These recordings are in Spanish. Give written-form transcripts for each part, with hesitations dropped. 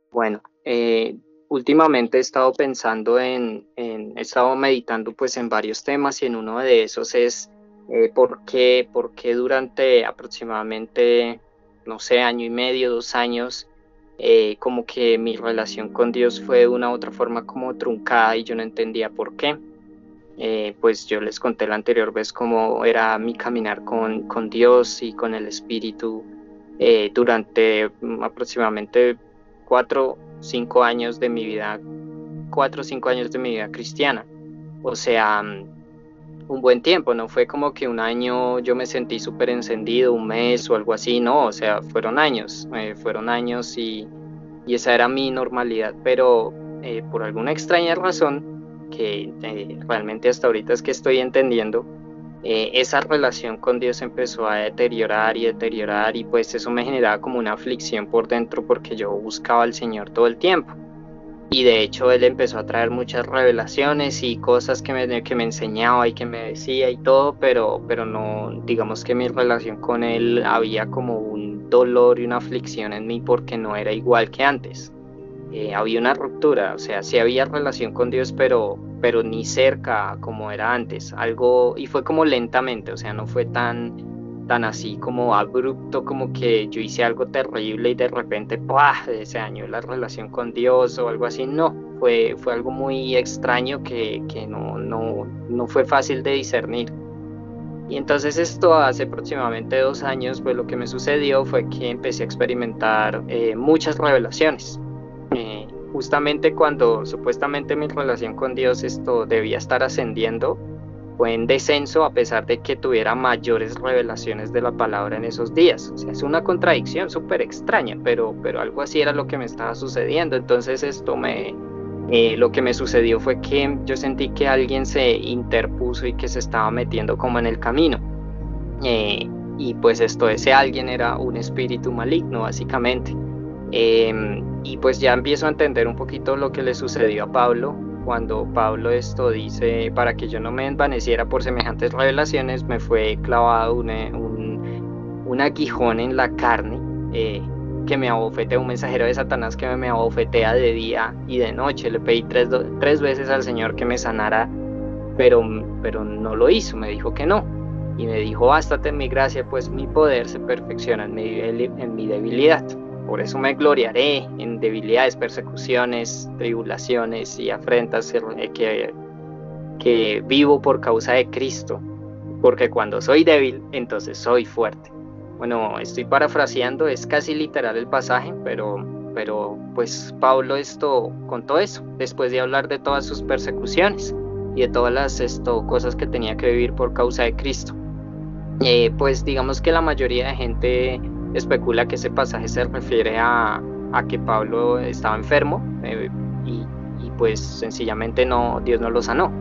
Bueno, últimamente he estado pensando he estado meditando pues en varios temas y en uno de esos es por qué durante aproximadamente, no sé, año y medio, 2 años, como que mi relación con Dios fue de una u otra forma como truncada y yo no entendía por qué. Pues yo les conté la anterior vez cómo era mi caminar con Dios y con el Espíritu durante aproximadamente 4, 5 años de mi vida, 4 o 5 años de mi vida cristiana. O sea, un buen tiempo, no fue como que un año yo me sentí súper encendido, un mes o algo así, no, o sea, fueron años y esa era mi normalidad, pero por alguna extraña razón, que realmente hasta ahorita es que estoy entendiendo, esa relación con Dios empezó a deteriorar y deteriorar y pues eso me generaba como una aflicción por dentro porque yo buscaba al Señor todo el tiempo. Y de hecho él empezó a traer muchas revelaciones y cosas que me enseñaba y que me decía y todo, pero no, digamos que mi relación con él había como un dolor y una aflicción en mí porque no era igual que antes. Había una ruptura, o sea, sí había relación con Dios, pero ni cerca como era antes, algo, y fue como lentamente, o sea, no fue tan así como abrupto, como que yo hice algo terrible y de repente, ¡pah!, se dañó la relación con Dios o algo así, no, fue algo muy extraño que no fue fácil de discernir. Y entonces esto hace aproximadamente 2 años, pues lo que me sucedió fue que empecé a experimentar muchas revelaciones. Justamente cuando supuestamente mi relación con Dios esto debía estar ascendiendo, fue en descenso a pesar de que tuviera mayores revelaciones de la palabra en esos días. O sea, es una contradicción súper extraña, pero algo así era lo que me estaba sucediendo. Entonces lo que me sucedió fue que yo sentí que alguien se interpuso y que se estaba metiendo como en el camino. Eh, y pues ese alguien era un espíritu maligno, básicamente. Y pues ya empiezo a entender un poquito lo que le sucedió a Pablo, cuando Pablo esto dice, para que yo no me envaneciera por semejantes revelaciones, me fue clavado un aguijón en la carne, que me abofetea, un mensajero de Satanás que me abofetea de día y de noche. Le pedí tres veces al Señor que me sanara, pero, pero no lo hizo, me dijo que no. Y me dijo, bástate en mi gracia, pues mi poder se perfecciona en mi debilidad. Por eso me gloriaré en debilidades, persecuciones, tribulaciones y afrentas que vivo por causa de Cristo. Porque cuando soy débil, entonces soy fuerte. Bueno, estoy parafraseando, es casi literal el pasaje, pero pues Pablo esto contó eso, después de hablar de todas sus persecuciones y de todas las cosas que tenía que vivir por causa de Cristo. Pues digamos que la mayoría de gente especula que ese pasaje se refiere a que Pablo estaba enfermo, y, y pues sencillamente no, Dios no lo sanó.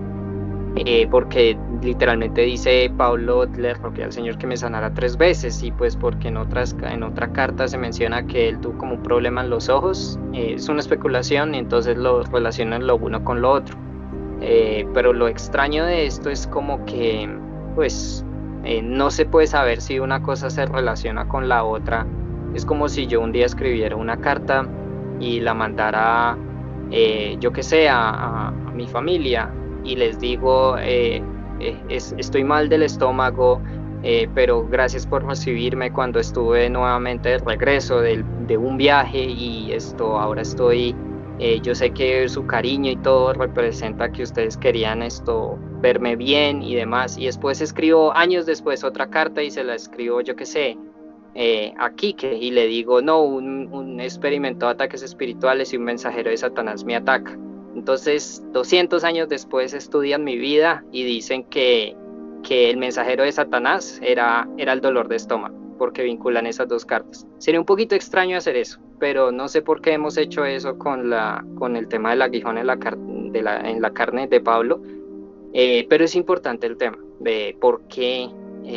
Porque literalmente dice Pablo, le rogué al Señor que me sanara 3 veces, y pues porque en otra carta se menciona que él tuvo como un problema en los ojos. Es una especulación y entonces lo relacionan lo uno con lo otro. Pero lo extraño de esto es como que pues no se puede saber si una cosa se relaciona con la otra. Es como si yo un día escribiera una carta y la mandara, yo que sé, a mi familia y les digo, estoy mal del estómago, pero gracias por recibirme cuando estuve nuevamente de regreso de un viaje y ahora estoy, yo sé que su cariño y todo representa que ustedes querían verme bien y demás. Y después escribo, años después, otra carta y se la escribo, yo que sé, a Quique y le digo, no, un experimentó ataques espirituales y un mensajero de Satanás me ataca. Entonces, 200 años después estudian mi vida y dicen que el mensajero de Satanás era el dolor de estómago, porque vinculan esas dos cartas. Sería un poquito extraño hacer eso, pero no sé por qué hemos hecho eso con el tema del aguijón en la carne de Pablo, pero es importante el tema de por qué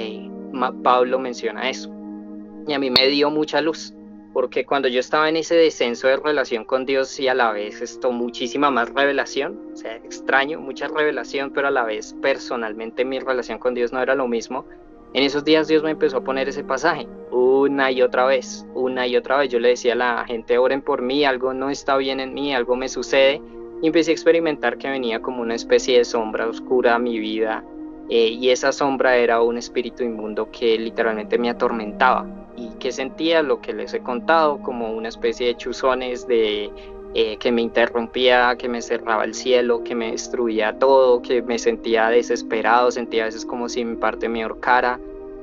Pablo menciona eso. Y a mí me dio mucha luz, porque cuando yo estaba en ese descenso de relación con Dios y a la vez muchísima más revelación, o sea, extraño, mucha revelación, pero a la vez personalmente mi relación con Dios no era lo mismo. En esos días Dios me empezó a poner ese pasaje una y otra vez, una y otra vez. Yo le decía a la gente, oren por mí, algo no está bien en mí, algo me sucede. Y empecé a experimentar que venía como una especie de sombra oscura a mi vida. Y esa sombra era un espíritu inmundo que literalmente me atormentaba. Y que sentía lo que les he contado, como una especie de chuzones que me interrumpía, que me cerraba el cielo, que me destruía todo, que me sentía desesperado, sentía a veces como si mi parte me ahorcara.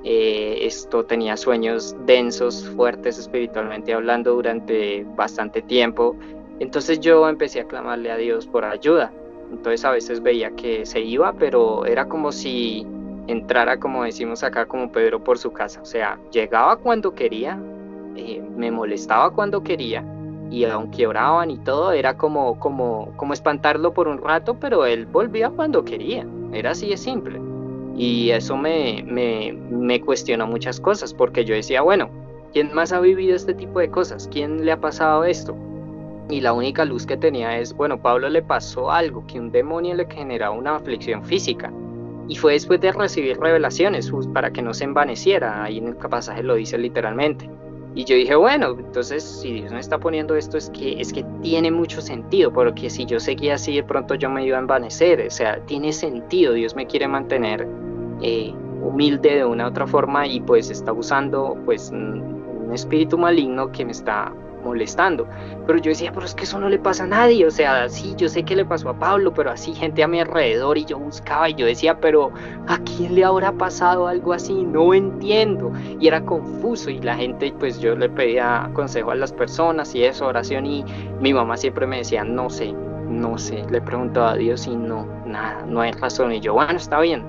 Tenía sueños densos, fuertes espiritualmente hablando durante bastante tiempo. Entonces yo empecé a clamarle a Dios por ayuda. Entonces a veces veía que se iba, pero era como si entrara, como decimos acá, como Pedro por su casa. O sea, llegaba cuando quería, me molestaba cuando quería, y aunque oraban y todo, era como espantarlo por un rato, pero él volvía cuando quería. Era así de simple. Y eso me cuestionó muchas cosas, porque yo decía, bueno, ¿quién más ha vivido este tipo de cosas? ¿Quién le ha pasado esto? Y la única luz que tenía es, bueno, Pablo le pasó algo, que un demonio le generaba una aflicción física. Y fue después de recibir revelaciones, para que no se envaneciera. Ahí en el pasaje lo dice literalmente. Y yo dije, bueno, entonces si Dios me está poniendo esto es que tiene mucho sentido, porque si yo seguía así de pronto yo me iba a envanecer. O sea, tiene sentido, Dios me quiere mantener humilde de una u otra forma, y pues está usando pues un espíritu maligno que me está molestando. Pero yo decía, pero es que eso no le pasa a nadie. O sea, sí, yo sé que le pasó a Pablo, pero así gente a mi alrededor, y yo buscaba y yo decía, pero ¿a quién le habrá pasado algo así? No entiendo. Y era confuso, y la gente, pues yo le pedía consejo a las personas y eso, oración, y mi mamá siempre me decía, no sé, le preguntaba a Dios y no, nada, no hay razón. Y yo, bueno, está bien,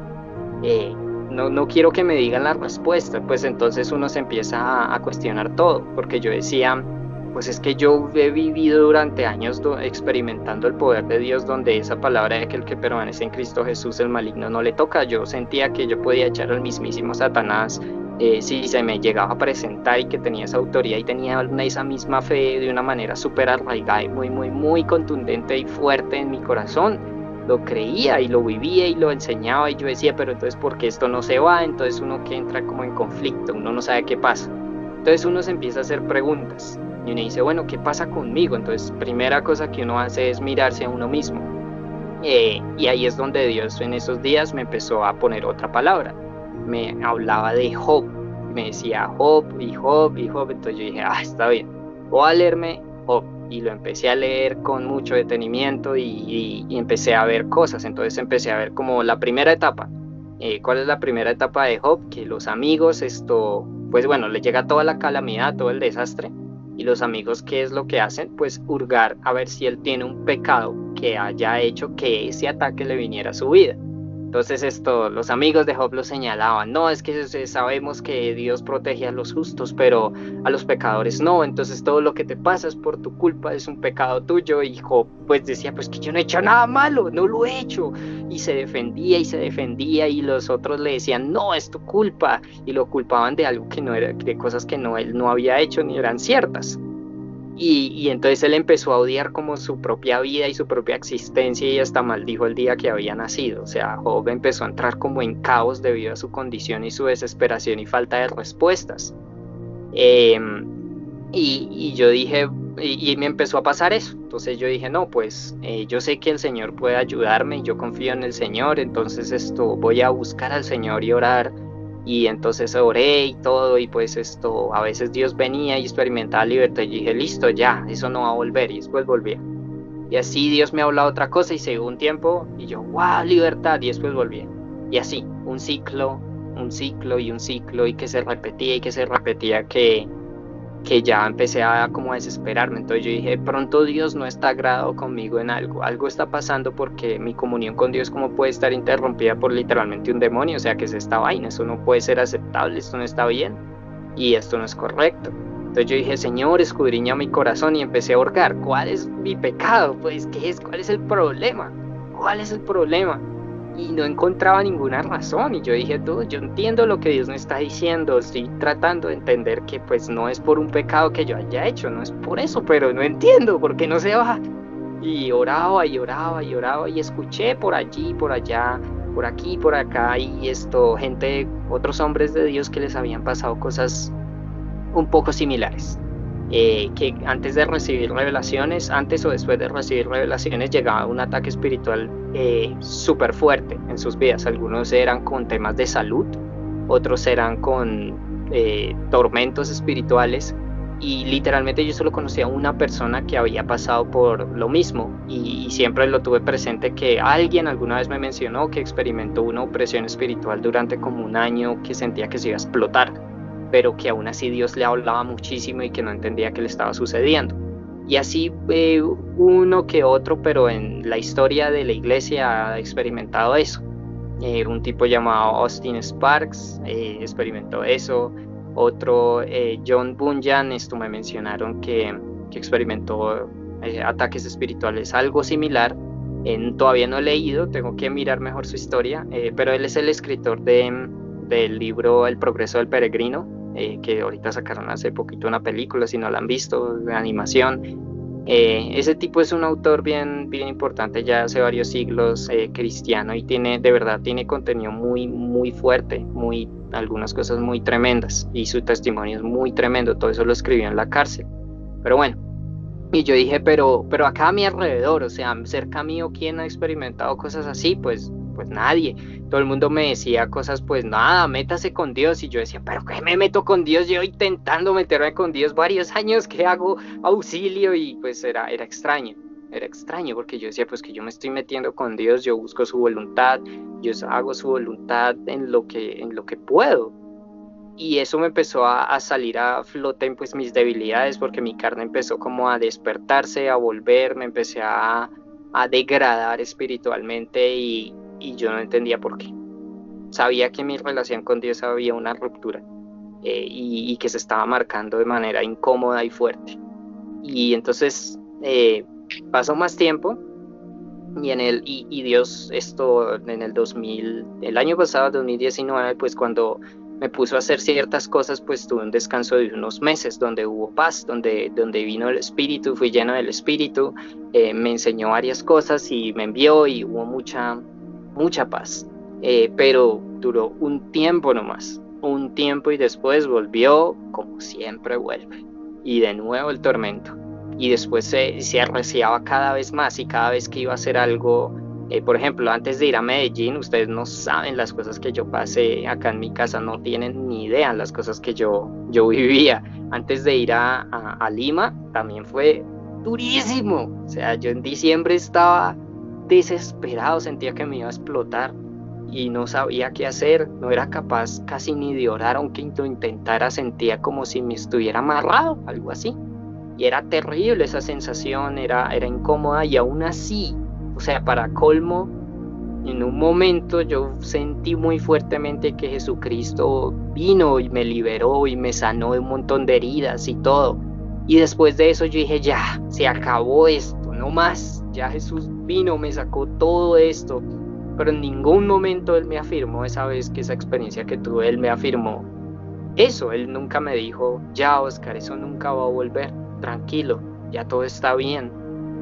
no quiero que me digan la respuesta. Pues entonces uno se empieza a cuestionar todo, porque yo decía, pues es que yo he vivido durante años experimentando el poder de Dios, donde esa palabra de que el que permanece en Cristo Jesús, el maligno no le toca. Yo sentía que yo podía echar al mismísimo Satanás si se me llegaba a presentar, y que tenía esa autoridad y tenía esa misma fe de una manera súper arraigada y muy contundente y fuerte en mi corazón. Lo creía y lo vivía y lo enseñaba, y yo decía, pero entonces ¿por qué esto no se va? Entonces uno que entra como en conflicto, uno no sabe qué pasa. Entonces uno se empieza a hacer preguntas y uno dice, bueno, ¿qué pasa conmigo? Entonces primera cosa que uno hace es mirarse a uno mismo. Y ahí es donde Dios en esos días me empezó a poner otra palabra. Me hablaba de Job, me decía Job y Job y Job. Entonces yo dije, está bien, voy a leerme Job. Y lo empecé a leer con mucho detenimiento, y empecé a ver cosas. Entonces empecé a ver como la primera etapa. ¿Cuál es la primera etapa de Job? Que los amigos, pues bueno, le llega toda la calamidad, todo el desastre, y los amigos, ¿qué es lo que hacen? Pues hurgar a ver si él tiene un pecado que haya hecho que ese ataque le viniera a su vida. Entonces los amigos de Job lo señalaban, no, es que sabemos que Dios protege a los justos, pero a los pecadores no. Entonces todo lo que te pasa es por tu culpa, es un pecado tuyo. Y Job pues decía, pues que yo no he hecho nada malo, no lo he hecho. Y se defendía, y los otros le decían, no, es tu culpa, y lo culpaban de algo que no era, de cosas que él no había hecho ni eran ciertas. Y entonces él empezó a odiar como su propia vida y su propia existencia, y hasta maldijo el día que había nacido. O sea, Job empezó a entrar como en caos debido a su condición y su desesperación y falta de respuestas. Y yo dije, y me empezó a pasar eso. Entonces yo dije, no, pues yo sé que el Señor puede ayudarme, y yo confío en el Señor. Entonces voy a buscar al Señor y orar. Y entonces oré y todo, y pues a veces Dios venía y experimentaba libertad, y dije, listo, ya, eso no va a volver, y después volvía. Y así Dios me hablaba otra cosa, y seguía un tiempo, y yo, wow, libertad, y después volvía. Y así, un ciclo y un ciclo, y que se repetía, que ya empecé a como a desesperarme. Entonces yo dije, pronto Dios no está agradado conmigo en algo está pasando, porque mi comunión con Dios como puede estar interrumpida por literalmente un demonio. O sea, que es esta vaina, eso no puede ser aceptable, esto no está bien, y esto no es correcto. Entonces yo dije, Señor, escudriña mi corazón, y empecé a hurgar, ¿cuál es mi pecado? Pues, ¿qué es? ¿Cuál es el problema? ¿Cuál es el problema? Y no encontraba ninguna razón, y yo dije, yo entiendo lo que Dios me está diciendo, estoy tratando de entender que pues no es por un pecado que yo haya hecho, no es por eso, pero no entiendo por qué no se va. Y oraba, y escuché por allí y por allá por aquí, por acá, y gente, otros hombres de Dios que les habían pasado cosas un poco similares. Que antes de recibir revelaciones, antes o después de recibir revelaciones, llegaba un ataque espiritual súper fuerte en sus vidas. Algunos eran con temas de salud, otros eran con tormentos espirituales, y literalmente yo solo conocía a una persona que había pasado por lo mismo, y siempre lo tuve presente, que alguien alguna vez me mencionó que experimentó una opresión espiritual durante como un año, que sentía que se iba a explotar, pero que aún así Dios le hablaba muchísimo y que no entendía qué le estaba sucediendo. Y así uno que otro, pero en la historia de la iglesia ha experimentado eso. Un tipo llamado Austin Sparks experimentó eso. Otro, John Bunyan, esto me mencionaron que experimentó ataques espirituales, algo similar. Todavía no he leído, tengo que mirar mejor su historia, pero él es el escritor del libro El progreso del peregrino, que ahorita sacaron hace poquito una película, si no la han visto, de animación. Ese tipo es un autor bien, bien importante, ya hace varios siglos, cristiano, y de verdad tiene contenido muy, muy fuerte, algunas cosas muy tremendas, y su testimonio es muy tremendo. Todo eso lo escribió en la cárcel. Pero bueno, y yo dije, pero acá a mi alrededor, o sea, cerca mío, ¿quién ha experimentado cosas así? Pues nadie. Todo el mundo me decía cosas, pues nada, métase con Dios. Y yo decía, ¿pero qué me meto con Dios? Yo intentando meterme con Dios varios años, ¿qué hago? Auxilio. Y pues era extraño. Era extraño porque yo decía, pues que yo me estoy metiendo con Dios, yo busco su voluntad, yo hago su voluntad en lo que puedo. Y eso me empezó a salir a flote en pues mis debilidades, porque mi carne empezó como a despertarse, a volver, me empecé a degradar espiritualmente, y yo no entendía por qué. Sabía que en mi relación con Dios había una ruptura, y que se estaba marcando de manera incómoda y fuerte. Y entonces pasó más tiempo, y Dios, esto en el año pasado, 2019, pues cuando me puso a hacer ciertas cosas, pues tuve un descanso de unos meses donde hubo paz, donde vino el Espíritu, fui lleno del Espíritu, me enseñó varias cosas y me envió, y hubo mucha paz, pero duró un tiempo nomás, un tiempo, y después volvió como siempre vuelve, y de nuevo el tormento. Y después se arreciaba cada vez más, y cada vez que iba a hacer algo, por ejemplo, antes de ir a Medellín, ustedes no saben las cosas que yo pasé acá en mi casa, no tienen ni idea las cosas que yo vivía. Antes de ir a Lima, también fue durísimo. O sea, yo en diciembre estaba desesperado, sentía que me iba a explotar y no sabía qué hacer, no era capaz casi ni de orar, aunque lo intentara, sentía como si me estuviera amarrado, algo así. Y era terrible esa sensación, era incómoda, y aún así, o sea, para colmo, en un momento yo sentí muy fuertemente que Jesucristo vino y me liberó y me sanó de un montón de heridas y todo. Y después de eso yo dije, ya, se acabó esto, no más. Ya Jesús vino, me sacó todo esto. Pero en ningún momento Él me afirmó, esa vez que esa experiencia que tuve, Él me afirmó eso. Él nunca me dijo, ya Oscar, eso nunca va a volver, tranquilo, ya todo está bien.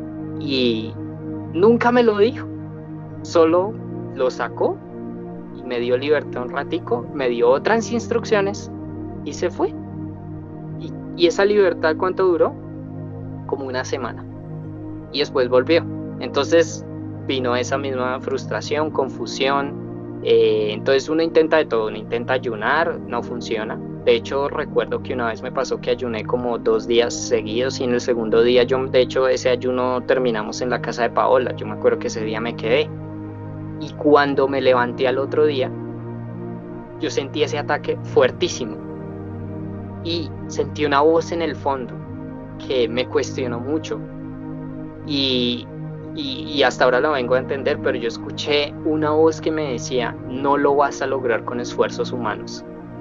Y nunca me lo dijo, solo lo sacó y me dio libertad un ratico, me dio otras instrucciones y se fue. Y esa libertad, ¿cuánto duró? Como una semana. Y después volvió. Entonces vino esa misma frustración, confusión. Entonces uno intenta de todo, uno intenta ayunar, no funciona. De hecho, recuerdo que una vez me pasó que ayuné como 2 días seguidos, y en el segundo día, de hecho, ese ayuno terminamos en la casa de Paola. Yo me acuerdo que ese día me quedé. Y cuando me levanté al otro día, yo sentí ese ataque fuertísimo. Y sentí una voz en el fondo que me cuestionó mucho. Y hasta ahora lo vengo a entender, pero yo escuché una voz que me decía, no lo vas a lograr con esfuerzos humanos.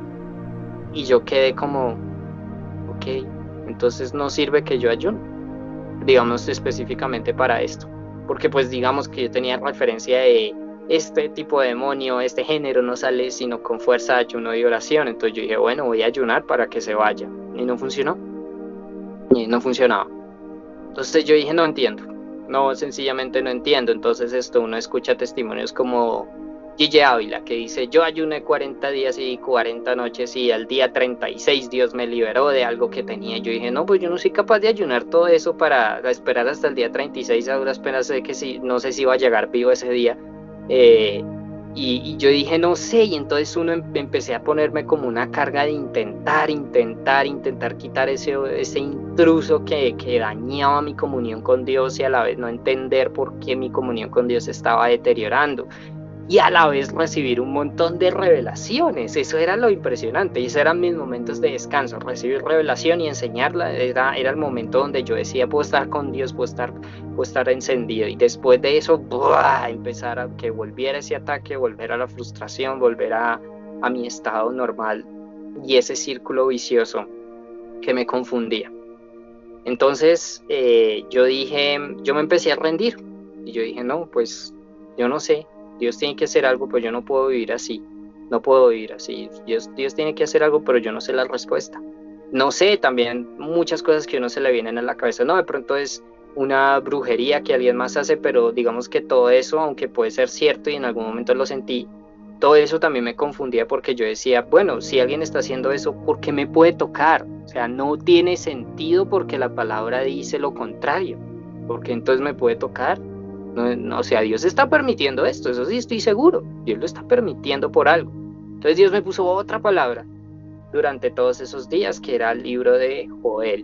Y yo quedé como, ok, entonces no sirve que yo ayune, digamos específicamente para esto. Porque pues digamos que yo tenía referencia de este tipo de demonio, este género no sale sino con fuerza, ayuno y oración. Entonces yo dije, bueno, voy a ayunar para que se vaya. Y no funcionó. Y no funcionaba. Entonces yo dije, no entiendo. No, sencillamente no entiendo. Entonces uno escucha testimonios como Gigi Ávila, que dice: yo ayuné 40 días y 40 noches y al día 36 Dios me liberó de algo que tenía. Yo dije, no, pues yo no soy capaz de ayunar todo eso para esperar hasta el día 36, a duras penas sé que no sé si iba a llegar vivo ese día. Y yo dije, no sé, y entonces empecé a ponerme como una carga de intentar quitar ese intruso que dañaba mi comunión con Dios, y a la vez no entender por qué mi comunión con Dios estaba deteriorando, y a la vez recibir un montón de revelaciones. Eso era lo impresionante, y esos eran mis momentos de descanso, recibir revelación y enseñarla. Era el momento donde yo decía, puedo estar con Dios, puedo estar encendido, y después de eso, empezar a que volviera ese ataque, volver a la frustración, volver a mi estado normal, y ese círculo vicioso que me confundía. Entonces yo me empecé a rendir, y yo dije, no, pues yo no sé, Dios tiene que hacer algo, pues yo no puedo vivir así, no puedo vivir así. Dios tiene que hacer algo, pero yo no sé la respuesta. No sé, también muchas cosas que uno se le vienen a la cabeza. No, de pronto es una brujería que alguien más hace, pero digamos que todo eso, aunque puede ser cierto y en algún momento lo sentí, todo eso también me confundía, porque yo decía, bueno, si alguien está haciendo eso, ¿por qué me puede tocar? O sea, no tiene sentido, porque la palabra dice lo contrario. ¿Por qué entonces me puede tocar? No, o sea, Dios está permitiendo esto, eso sí estoy seguro. Dios lo está permitiendo por algo. Entonces Dios me puso otra palabra durante todos esos días, que era el libro de Joel.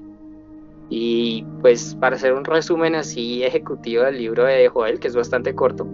Y pues para hacer un resumen así ejecutivo del libro de Joel, que es bastante corto,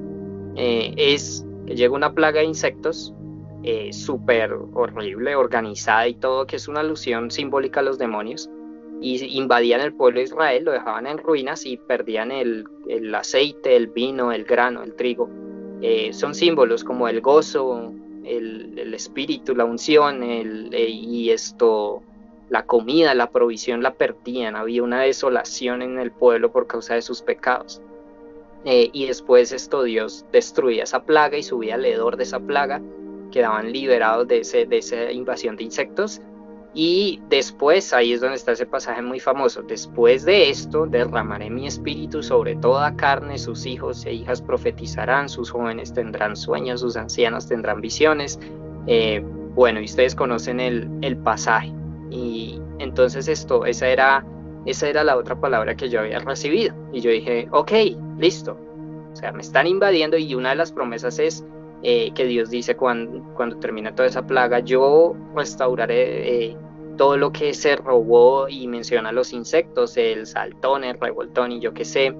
es que llega una plaga de insectos súper horrible, organizada y todo, que es una alusión simbólica a los demonios, y invadían el pueblo de Israel, lo dejaban en ruinas y perdían el aceite, el vino, el grano, el trigo. Son símbolos como el gozo, el espíritu, la unción, y esto, la comida, la provisión la perdían. Había una desolación en el pueblo por causa de sus pecados. Y después Dios destruía esa plaga y subía al hedor de esa plaga, quedaban liberados de esa invasión de insectos. Y después, ahí es donde está ese pasaje muy famoso: después de esto derramaré mi espíritu sobre toda carne, sus hijos e hijas profetizarán, sus jóvenes tendrán sueños, sus ancianos tendrán visiones. Bueno, y ustedes conocen el pasaje. Y entonces esa era la otra palabra que yo había recibido, y yo dije, ok, listo, o sea, me están invadiendo, y una de las promesas es que Dios dice cuando termina toda esa plaga: yo restauraré todo lo que se robó, y menciona los insectos, el saltón, el revoltón y yo qué sé,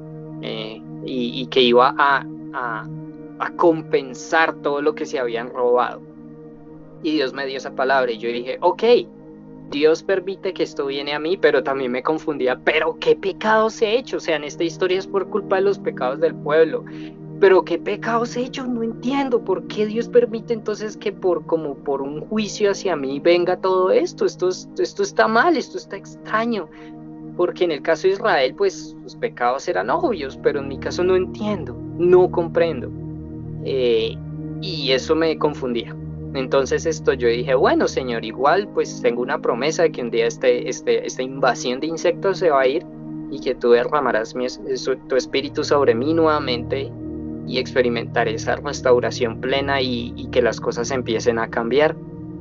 y que iba a compensar todo lo que se habían robado. Y Dios me dio esa palabra, y yo dije, ok, Dios permite que esto viene a mí, pero también me confundía, pero ¿qué pecados he hecho? O sea, en esta historia es por culpa de los pecados del pueblo, pero ¿qué pecados he hecho? No entiendo por qué Dios permite entonces que como por un juicio hacia mí venga todo esto. Esto está mal, esto está extraño, porque en el caso de Israel, pues sus pecados eran obvios, pero en mi caso no entiendo, no comprendo, y eso me confundía. Entonces yo dije, bueno, Señor, igual pues tengo una promesa de que un día esta invasión de insectos se va a ir, y que tú derramarás tu espíritu sobre mí nuevamente, y experimentaré esa restauración plena, y que las cosas empiecen a cambiar.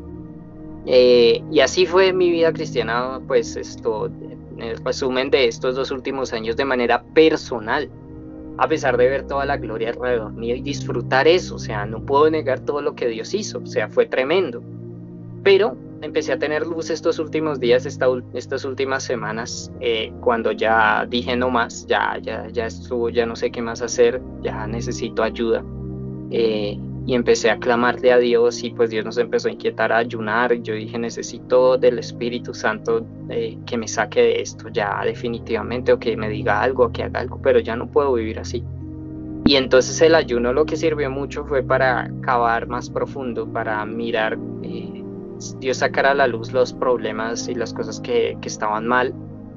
Y así fue mi vida cristiana, pues en el resumen de estos 2 últimos años, de manera personal, a pesar de ver toda la gloria alrededor mío y disfrutar eso. O sea, no puedo negar todo lo que Dios hizo, o sea, fue tremendo. Pero empecé a tener luz estos últimos días, estas últimas semanas, cuando ya dije no más, ya estuvo, ya no sé qué más hacer, ya necesito ayuda. Y empecé a clamarle a Dios, y pues Dios nos empezó a inquietar a ayunar. Yo dije, necesito del Espíritu Santo que me saque de esto ya definitivamente, o que me diga algo, o que haga algo, pero ya no puedo vivir así. Y entonces el ayuno lo que sirvió mucho fue para cavar más profundo, para mirar, Dios sacar a la luz los problemas y las cosas que estaban mal,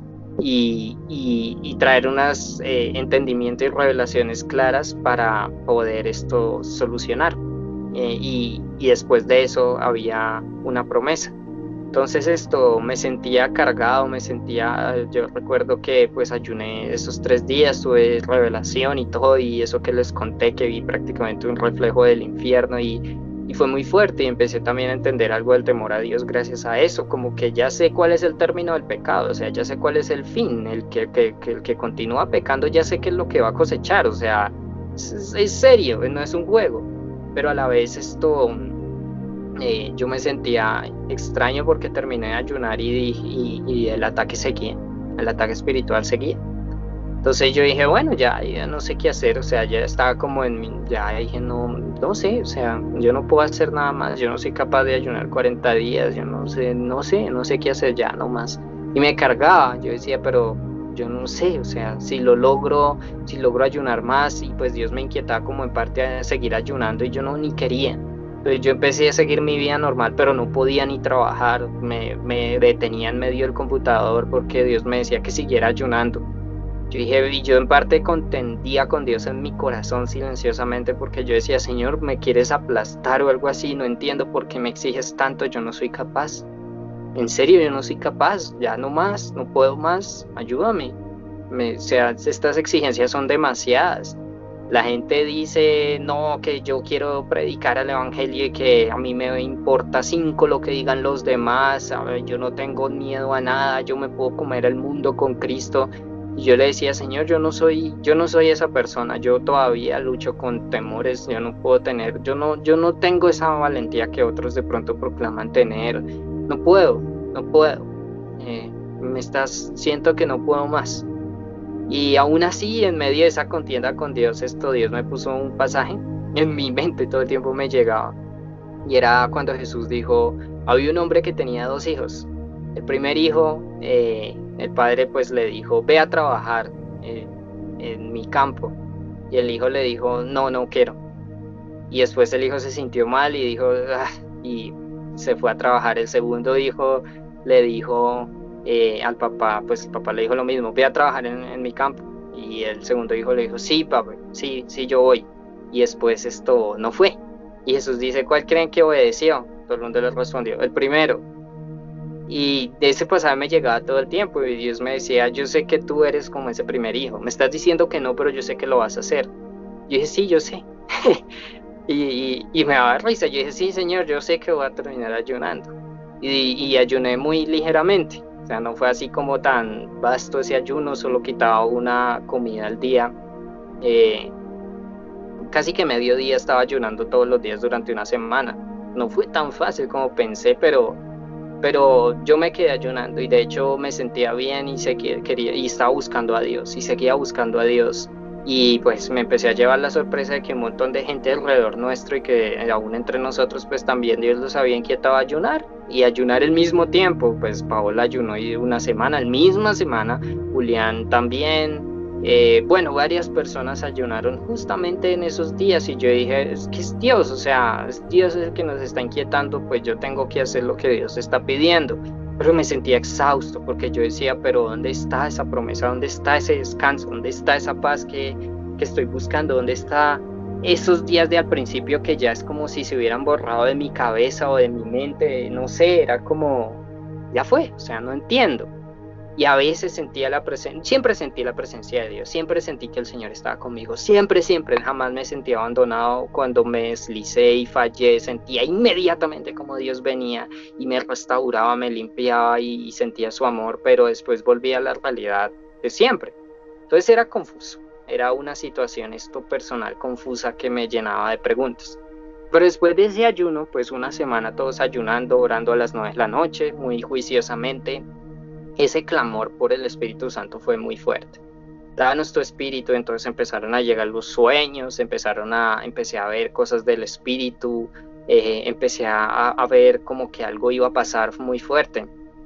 y traer unas entendimientos y revelaciones claras para poder solucionar. Y después de eso había una promesa. Entonces me sentía cargado, yo recuerdo que pues ayuné esos 3 días, tuve revelación y todo, y eso que les conté, que vi prácticamente un reflejo del infierno, y fue muy fuerte, y empecé también a entender algo del temor a Dios gracias a eso, como que ya sé cuál es el término del pecado, o sea, ya sé cuál es el fin, el que continúa pecando ya sé qué es lo que va a cosechar, o sea, es serio, no es un juego, pero a la vez yo me sentía extraño porque terminé de ayunar y el ataque seguía, el ataque espiritual seguía. Entonces yo dije, bueno, ya no sé qué hacer, o sea, ya estaba como ya dije, no sé, o sea, yo no puedo hacer nada más, yo no soy capaz de ayunar 40 días, yo no sé qué hacer ya, no más. Y me cargaba, yo decía, pero yo no sé, o sea, si logro ayunar más, y pues Dios me inquietaba como en parte a seguir ayunando y yo no ni quería. Entonces yo empecé a seguir mi vida normal, pero no podía ni trabajar, me detenía en medio del computador porque Dios me decía que siguiera ayunando. Yo dije, y yo en parte contendía con Dios en mi corazón silenciosamente porque yo decía, Señor, ¿me quieres aplastar o algo así? No entiendo por qué me exiges tanto, yo no soy capaz. En serio, yo no soy capaz, ya no más, no puedo más, ayúdame. O sea, estas exigencias son demasiadas. La gente dice, no, que yo quiero predicar el evangelio y que a mí me importa 5 lo que digan los demás, a ver, yo no tengo miedo a nada, yo me puedo comer el mundo con Cristo. Y yo le decía, Señor, yo no soy esa persona, yo todavía lucho con temores, yo no puedo tener, yo no tengo esa valentía que otros de pronto proclaman tener, no puedo, siento que no puedo más. Y aún así, en medio de esa contienda con Dios, Dios me puso un pasaje en mi mente, todo el tiempo me llegaba. Y era cuando Jesús dijo, había un hombre que tenía 2 hijos. El primer hijo, el padre pues le dijo, ve a trabajar en mi campo. Y el hijo le dijo, no quiero. Y después el hijo se sintió mal y dijo, "Ah", y se fue a trabajar. El segundo hijo le dijo al papá, pues el papá le dijo lo mismo, ve a trabajar en mi campo. Y el segundo hijo le dijo, sí, papá, sí, yo voy. Y después esto no fue. Y Jesús dice, ¿cuál creen que obedeció? Todo el mundo le respondió, el primero. Y de ese pasaje me llegaba todo el tiempo y Dios me decía, yo sé que tú eres como ese primer hijo. Me estás diciendo que no, pero yo sé que lo vas a hacer. Yo dije, sí, yo sé. Y me daba risa. Yo dije, sí, Señor, yo sé que voy a terminar ayunando. Y ayuné muy ligeramente. O sea, no fue así como tan vasto ese ayuno, solo quitaba una comida al día. Casi que medio día estaba ayunando todos los días durante una semana. No fue tan fácil como pensé, pero yo me quedé ayunando y de hecho me sentía bien y quería y estaba buscando a Dios y seguía buscando a Dios. Y pues me empecé a llevar la sorpresa de que un montón de gente alrededor nuestro y que aún entre nosotros pues también Dios los había inquietado a ayunar y ayunar el mismo tiempo. Pues Paola ayunó una semana, la misma semana, Julián también. Bueno, varias personas ayunaron justamente en esos días y yo dije, es que es Dios, o sea, es Dios el que nos está inquietando, pues yo tengo que hacer lo que Dios está pidiendo. Pero me sentía exhausto porque yo decía, pero ¿dónde está esa promesa? ¿Dónde está ese descanso? ¿Dónde está esa paz que estoy buscando? ¿Dónde está esos días de al principio que ya es como si se hubieran borrado de mi cabeza o de mi mente? No sé, era como, ya fue, o sea, no entiendo. Y a veces siempre sentí la presencia de Dios, siempre sentí que el Señor estaba conmigo, siempre, jamás me sentí abandonado. Cuando me deslicé y fallé, sentía inmediatamente como Dios venía y me restauraba, me limpiaba y sentía su amor, pero después volví a la realidad de siempre. Entonces era confuso, era una situación personal confusa que me llenaba de preguntas. Pero después de ese ayuno, pues una semana todos ayunando, orando a las 9 de la noche, muy juiciosamente, ese clamor por el Espíritu Santo fue muy fuerte. Daba nuestro espíritu, entonces empezaron a llegar los sueños, empecé a ver cosas del espíritu, empecé a ver como que algo iba a pasar muy fuerte.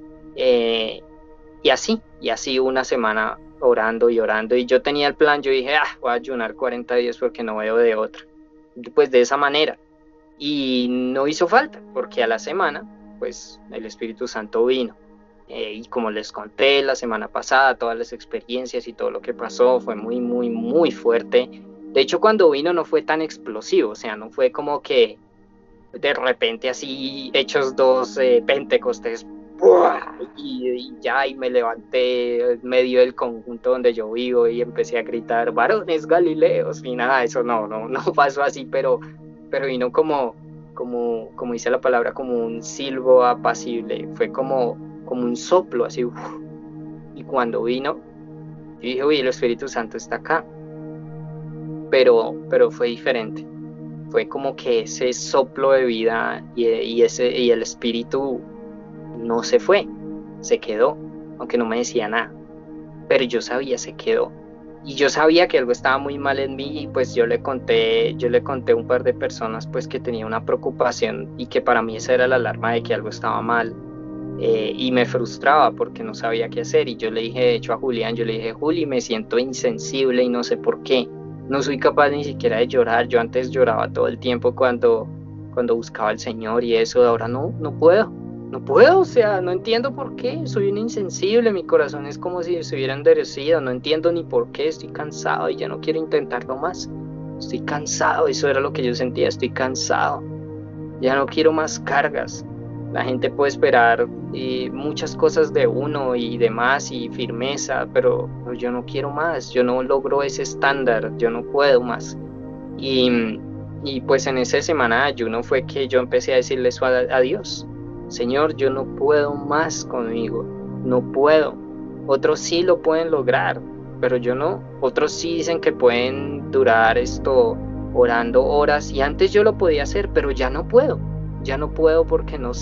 Y así una semana orando y orando, y yo tenía el plan, yo dije, voy a ayunar 40 días porque no veo de otra. Pues de esa manera. Y no hizo falta, porque a la semana, pues el Espíritu Santo vino. Y como les conté la semana pasada, todas las experiencias y todo lo que pasó fue muy, muy, muy fuerte. De hecho, cuando vino no fue tan explosivo, o sea, no fue como que de repente así Hechos 2, Pentecostés, ¡buah! Y ya, y me levanté en medio del conjunto donde yo vivo y empecé a gritar, varones Galileos, y nada, eso no pasó así, pero vino como dice la palabra, como un silbo apacible, fue como un soplo, así, uf. Y cuando vino, yo dije, uy, el Espíritu Santo está acá, pero fue diferente, fue como que ese soplo de vida y el Espíritu no se fue, se quedó, aunque no me decía nada, pero yo sabía, se quedó. Y yo sabía que algo estaba muy mal en mí y pues yo le conté a un par de personas pues que tenía una preocupación y que para mí esa era la alarma de que algo estaba mal. Y me frustraba porque no sabía qué hacer y yo le dije, de hecho a Julián, yo le dije, Juli, me siento insensible y no sé por qué, no soy capaz ni siquiera de llorar, yo antes lloraba todo el tiempo cuando buscaba al Señor y eso, ahora no puedo, o sea, no entiendo por qué, soy un insensible, mi corazón es como si se hubiera endurecido, no entiendo ni por qué, estoy cansado y ya no quiero intentarlo más, estoy cansado, eso era lo que yo sentía, estoy cansado, ya no quiero más cargas. La gente puede esperar muchas cosas de uno y demás y firmeza, pero yo no quiero más, yo no logro ese estándar, yo no puedo más. Y pues en esa semana de ayuno fue que yo empecé a decirle eso a Dios. Señor, yo no puedo más conmigo, no puedo. Otros sí lo pueden lograr, pero yo no. Otros sí dicen que pueden durar esto orando horas y antes yo lo podía hacer, pero ya no puedo. Ya no puedo porque no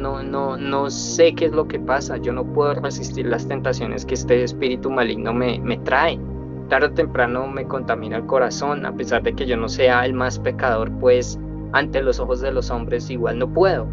sé qué es lo que pasa. Yo no puedo resistir las tentaciones que este espíritu maligno me trae. Tarde o temprano me contamina el corazón, a pesar de que yo no sea el más pecador, pues ante los ojos de los hombres igual no puedo,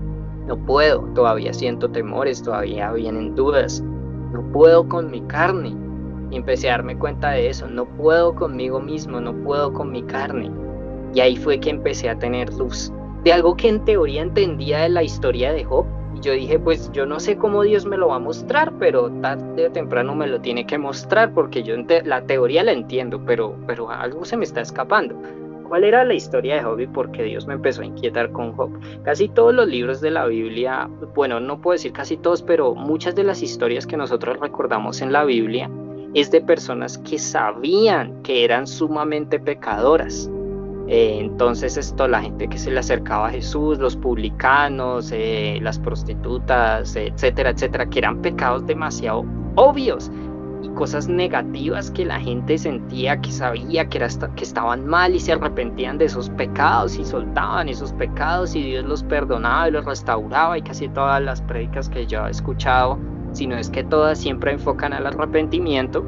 todavía siento temores, todavía vienen dudas, no puedo con mi carne. Y empecé a darme cuenta de eso, no puedo conmigo mismo, no puedo con mi carne. Y ahí fue que empecé a tener luz de algo que en teoría entendía de la historia de Job. Y yo dije, pues yo no sé cómo Dios me lo va a mostrar, pero tarde o temprano me lo tiene que mostrar, porque yo la teoría la entiendo, pero algo se me está escapando. ¿Cuál era la historia de Job y por qué Dios me empezó a inquietar con Job? Casi todos los libros de la Biblia, bueno, no puedo decir casi todos, pero muchas de las historias que nosotros recordamos en la Biblia es de personas que sabían que eran sumamente pecadoras. Entonces la gente que se le acercaba a Jesús, los publicanos, las prostitutas, etcétera, etcétera, que eran pecados demasiado obvios y cosas negativas que la gente sentía, que sabía que estaban mal y se arrepentían de esos pecados y soltaban esos pecados y Dios los perdonaba y los restauraba. Y casi todas las prédicas que yo he escuchado, si no es que todas, siempre enfocan al arrepentimiento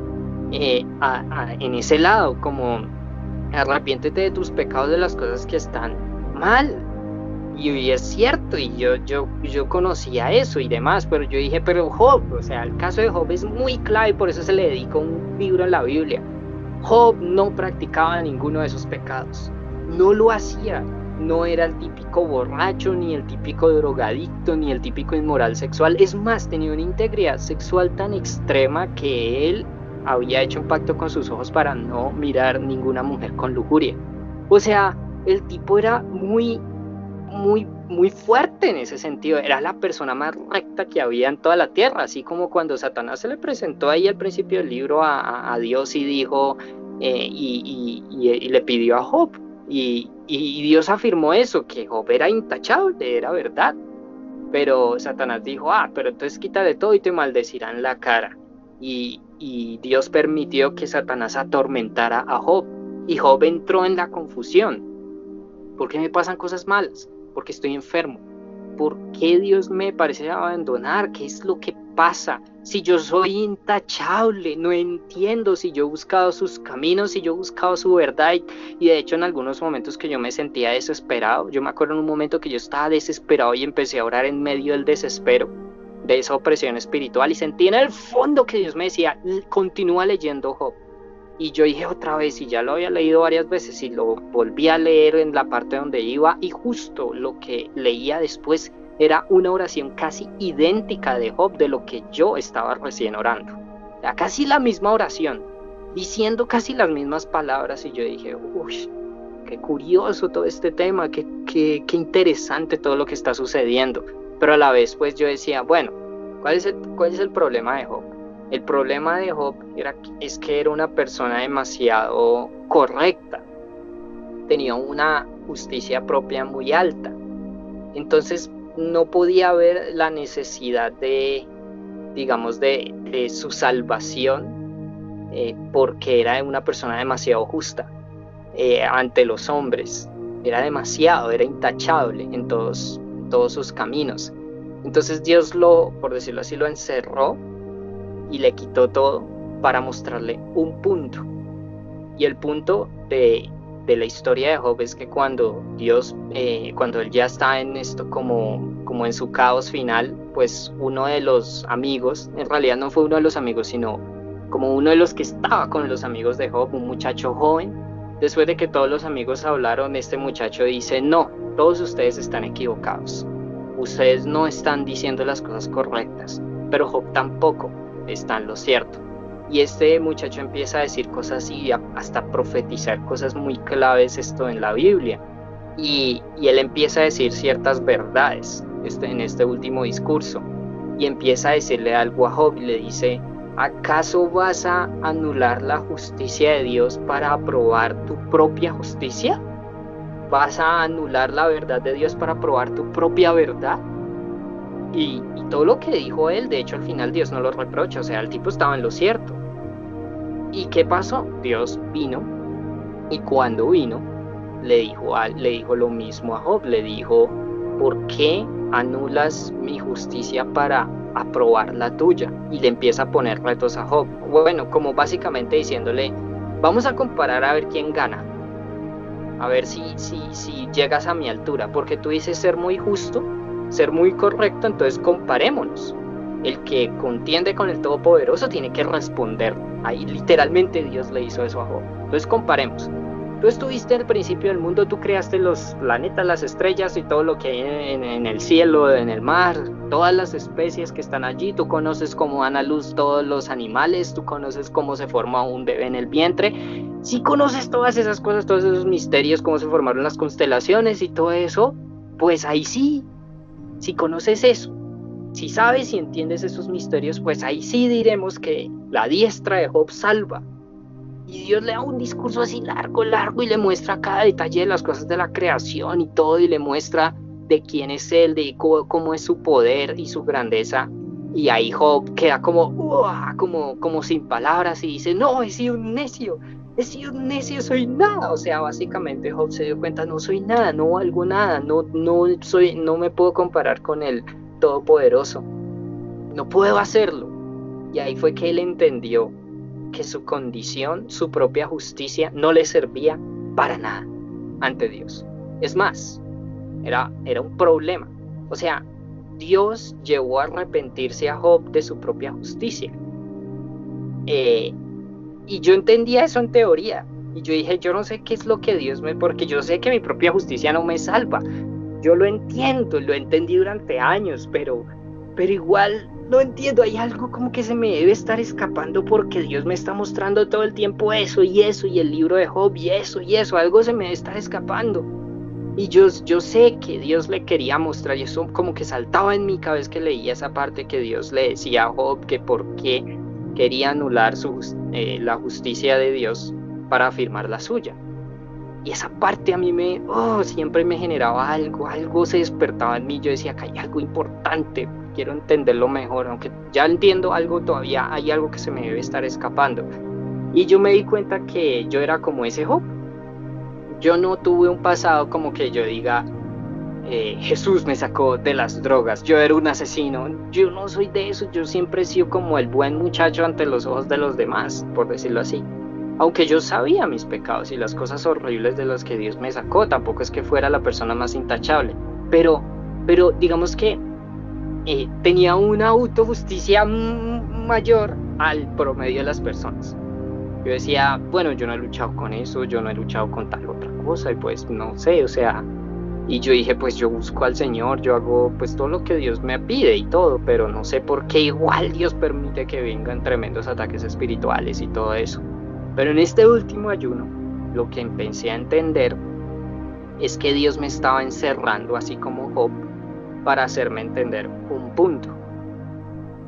en ese lado, como arrepiéntete de tus pecados, de las cosas que están mal. Y es cierto, y yo conocía eso y demás, pero yo dije, pero Job, o sea, el caso de Job es muy clave, por eso se le dedicó un libro en la Biblia. Job no practicaba ninguno de esos pecados, no lo hacía, no era el típico borracho, ni el típico drogadicto, ni el típico inmoral sexual. Es más, tenía una integridad sexual tan extrema que él había hecho un pacto con sus ojos para no mirar ninguna mujer con lujuria. O sea, el tipo era muy fuerte en ese sentido, era la persona más recta que había en toda la tierra, así como cuando Satanás se le presentó ahí al principio del libro a Dios y dijo, y le pidió a Job, y Dios afirmó eso, que Job era intachable, era verdad, pero Satanás dijo, pero entonces quítale todo y te maldecirán la cara, y Dios permitió que Satanás atormentara a Job, y Job entró en la confusión. ¿Por qué me pasan cosas malas? ¿Por qué estoy enfermo? ¿Por qué Dios me parece abandonar? ¿Qué es lo que pasa? Si yo soy intachable, no entiendo, si yo he buscado sus caminos, si yo he buscado su verdad. Y de hecho en algunos momentos que yo me sentía desesperado, yo me acuerdo en un momento que yo estaba desesperado y empecé a orar en medio del desespero, de esa opresión espiritual, y sentí en el fondo que Dios me decía, continúa leyendo Job. Y yo dije otra vez, y ya lo había leído varias veces, y lo volví a leer en la parte donde iba, y justo lo que leía después era una oración casi idéntica de Job, de lo que yo estaba recién orando. Era casi la misma oración, diciendo casi las mismas palabras, y yo dije, uy, qué curioso todo este tema, qué interesante todo lo que está sucediendo. Pero a la vez pues yo decía, bueno, ¿Cuál es el problema de Job? El problema de Job es que era una persona demasiado correcta, tenía una justicia propia muy alta, entonces no podía ver la necesidad de, digamos, de su salvación, porque era una persona demasiado justa ante los hombres, era intachable en todos sus caminos. Entonces Dios por decirlo así, lo encerró y le quitó todo para mostrarle un punto. Y el punto de la historia de Job es que cuando él ya está en esto como en su caos final, pues uno de los amigos, en realidad no fue uno de los amigos, sino como uno de los que estaba con los amigos de Job, un muchacho joven, después de que todos los amigos hablaron, este muchacho dice: no, todos ustedes están equivocados, ustedes no están diciendo las cosas correctas, pero Job tampoco está en lo cierto. Y este muchacho empieza a decir cosas y hasta profetizar cosas muy claves en la Biblia. Y él empieza a decir ciertas verdades en este último discurso. Y empieza a decirle algo a Job y le dice: ¿acaso vas a anular la justicia de Dios para aprobar tu propia justicia? ¿Vas a anular la verdad de Dios para aprobar tu propia verdad? Y todo lo que dijo él, de hecho al final Dios no lo reprocha, o sea, el tipo estaba en lo cierto. ¿Y qué pasó? Dios vino, y cuando vino le dijo lo mismo a Job, le dijo: ¿por qué anulas mi justicia para aprobar la tuya? Y le empieza a poner retos a Job, bueno, como básicamente diciéndole: vamos a comparar a ver quién gana, a ver si llegas a mi altura, porque tú dices ser muy justo, ser muy correcto, entonces comparémonos. El que contiende con el Todopoderoso tiene que responder. Ahí literalmente Dios le hizo eso a Job. Entonces comparemos. Tú estuviste al principio del mundo, tú creaste los planetas, las estrellas y todo lo que hay en el cielo, en el mar, todas las especies que están allí. Tú conoces cómo dan a luz todos los animales, tú conoces cómo se forma un bebé en el vientre. Si conoces todas esas cosas, todos esos misterios, cómo se formaron las constelaciones y todo eso, pues ahí sí, si conoces eso, si sabes y entiendes esos misterios, pues ahí sí diremos que la diestra de Job salva. Y Dios le da un discurso así largo y le muestra cada detalle de las cosas de la creación y todo, y le muestra de quién es él, de cómo es su poder y su grandeza. Y ahí Job queda como sin palabras y dice: no, he sido un necio, soy nada. O sea, básicamente Job se dio cuenta: no soy nada, no valgo nada, no me puedo comparar con el Todopoderoso, no puedo hacerlo. Y ahí fue que él entendió que su condición, su propia justicia, no le servía para nada ante Dios. Es más, era un problema. O sea, Dios llevó a arrepentirse a Job de su propia justicia. Y yo entendía eso en teoría. Y yo dije: yo no sé qué es lo que porque yo sé que mi propia justicia no me salva. Yo lo entiendo, lo entendí durante años, pero igual no entiendo, hay algo como que se me debe estar escapando, porque Dios me está mostrando todo el tiempo eso, y el libro de Job, y eso, algo se me debe estar escapando. Y yo sé que Dios le quería mostrar, y eso como que saltaba en mí cada vez que leía esa parte que Dios le decía a Job que por qué quería anular la justicia de Dios para afirmar la suya. Y esa parte a mí siempre me generaba algo se despertaba en mí. Yo decía que hay algo importante, quiero entenderlo mejor, aunque ya entiendo algo, todavía hay algo que se me debe estar escapando. Y yo me di cuenta que yo era como ese Job. Yo no tuve un pasado como que yo diga: Jesús me sacó de las drogas, yo era un asesino. Yo no soy de eso, yo siempre he sido como el buen muchacho ante los ojos de los demás, por decirlo así. Aunque yo sabía mis pecados y las cosas horribles de las que Dios me sacó, tampoco es que fuera la persona más intachable, pero digamos que tenía una autojusticia mayor al promedio de las personas. Yo decía: bueno, yo no he luchado con eso, yo no he luchado con tal otra cosa, y pues no sé, o sea, y yo dije: pues yo busco al Señor, yo hago pues todo lo que Dios me pide y todo, pero no sé por qué igual Dios permite que vengan tremendos ataques espirituales y todo eso. Pero en este último ayuno, lo que empecé a entender es que Dios me estaba encerrando, así como Job, para hacerme entender un punto.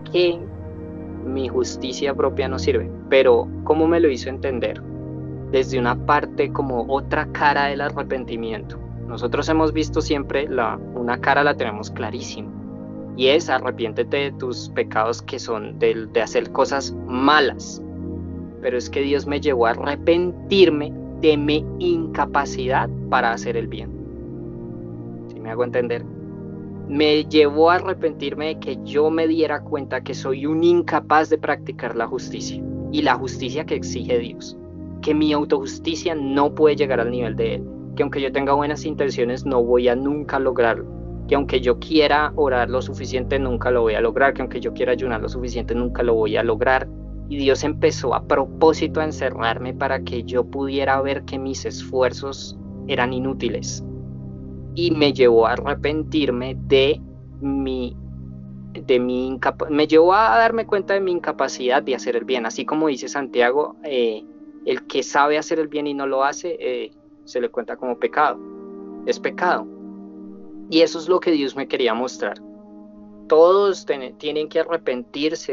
que mi justicia propia no sirve. Pero ¿cómo me lo hizo entender? Desde una parte como otra cara del arrepentimiento. Nosotros hemos visto siempre una cara, la tenemos clarísima, y es: arrepiéntete de tus pecados, que son de hacer cosas malas. Pero es que Dios me llevó a arrepentirme de mi incapacidad para hacer el bien. ¿Sí me hago entender? Me llevó a arrepentirme de que yo me diera cuenta que soy un incapaz de practicar la justicia, y la justicia que exige Dios, que mi autojusticia no puede llegar al nivel de Él, que aunque yo tenga buenas intenciones no voy a nunca lograrlo, que aunque yo quiera orar lo suficiente nunca lo voy a lograr, que aunque yo quiera ayunar lo suficiente nunca lo voy a lograr. Y Dios empezó a propósito a encerrarme para que yo pudiera ver que mis esfuerzos eran inútiles, y me llevó a arrepentirme me llevó a darme cuenta de mi incapacidad de hacer el bien. Así como dice Santiago, el que sabe hacer el bien y no lo hace, se le cuenta como pecado. Es pecado. Y eso es lo que Dios me quería mostrar. Todos tienen que arrepentirse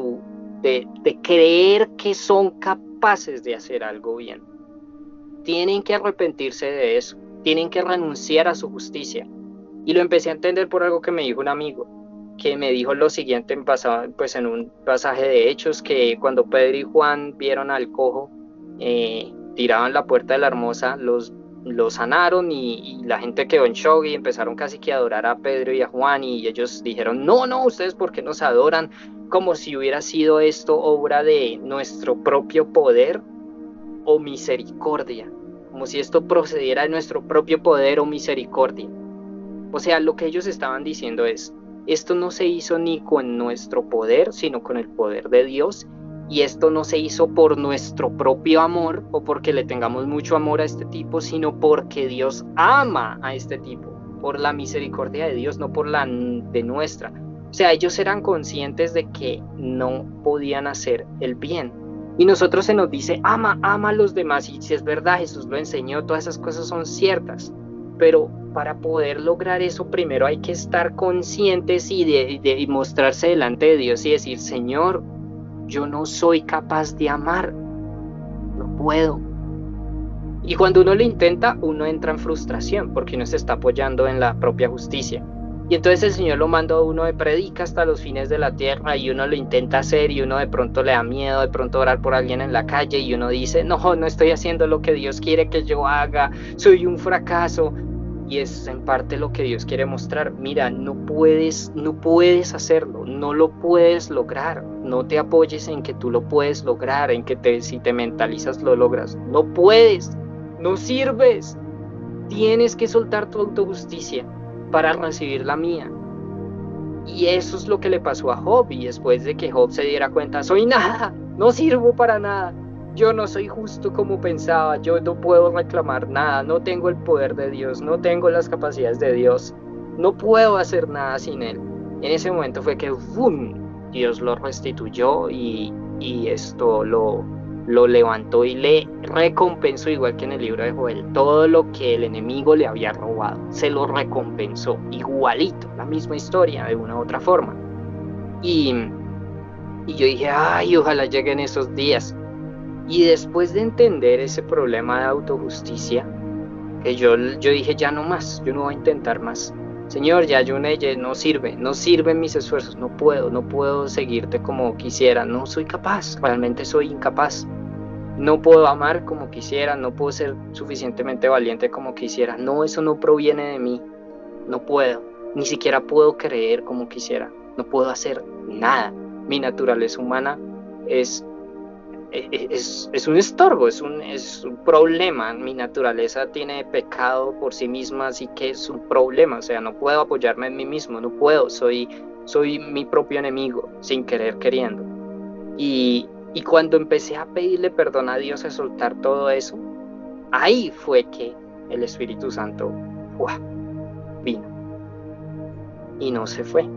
de creer que son capaces de hacer algo bien. Tienen que arrepentirse de eso. Tienen que renunciar a su justicia. Y lo empecé a entender por algo que me dijo un amigo, que me dijo lo siguiente en un pasaje de Hechos, que cuando Pedro y Juan vieron al cojo tirado en la puerta de la Hermosa, lo sanaron, y la gente quedó en shock y empezaron casi que a adorar a Pedro y a Juan, y ellos dijeron: no, ustedes ¿por qué nos adoran? Como si hubiera sido esto obra de nuestro propio poder o misericordia, como si esto procediera de nuestro propio poder o misericordia. O sea, lo que ellos estaban diciendo es: esto no se hizo ni con nuestro poder, sino con el poder de Dios, y esto no se hizo por nuestro propio amor o porque le tengamos mucho amor a este tipo, sino porque Dios ama a este tipo, por la misericordia de Dios, no por la de nuestra. O sea, ellos eran conscientes de que no podían hacer el bien. Y nosotros se nos dice: ama a los demás, y si es verdad, Jesús lo enseñó, todas esas cosas son ciertas. Pero para poder lograr eso, primero hay que estar conscientes y mostrarse delante de Dios y decir: Señor, yo no soy capaz de amar, no puedo. Y cuando uno lo intenta, uno entra en frustración porque uno se está apoyando en la propia justicia. Y entonces el Señor lo manda a uno de predica hasta los fines de la tierra, y uno lo intenta hacer, y uno de pronto le da miedo de pronto orar por alguien en la calle, y uno dice: no estoy haciendo lo que Dios quiere que yo haga, soy un fracaso. Y es en parte lo que Dios quiere mostrar: mira, no puedes hacerlo, no lo puedes lograr, no te apoyes en que tú lo puedes lograr, en que si te mentalizas lo logras, no puedes, no sirves, tienes que soltar tu autojusticia para recibir la mía. Y eso es lo que le pasó a Job, y después de que Job se diera cuenta: soy nada, no sirvo para nada, yo no soy justo como pensaba, yo no puedo reclamar nada, no tengo el poder de Dios, no tengo las capacidades de Dios, no puedo hacer nada sin Él. En ese momento fue que ¡bum!, Dios lo restituyó, y esto lo levantó y le recompensó, igual que en el libro de Joel, todo lo que el enemigo le había robado, se lo recompensó, igualito, la misma historia de una u otra forma. Y yo dije: ay, ojalá lleguen esos días. Y después de entender ese problema de autojusticia, que yo dije: ya no más, yo no voy a intentar más. Señor, ya ayuné, ya no sirven mis esfuerzos, no puedo seguirte como quisiera, no soy capaz, realmente soy incapaz. No puedo amar como quisiera, no puedo ser suficientemente valiente como quisiera. No, eso no proviene de mí, no puedo, ni siquiera puedo creer como quisiera, no puedo hacer nada. Mi naturaleza humana es un estorbo, es un problema. Mi naturaleza tiene pecado por sí misma, así que es un problema. O sea, no puedo apoyarme en mí mismo, no puedo, soy mi propio enemigo, sin querer queriendo. Y cuando empecé a pedirle perdón a Dios, a soltar todo eso, ahí fue que el Espíritu Santo vino, y no se fue.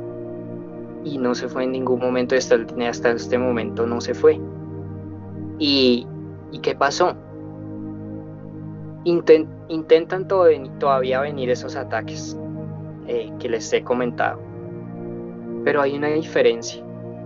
Y no se fue en ningún momento, hasta este momento no se fue. ¿Y qué pasó? Intentan todavía venir esos ataques que les he comentado. pero hay una diferencia.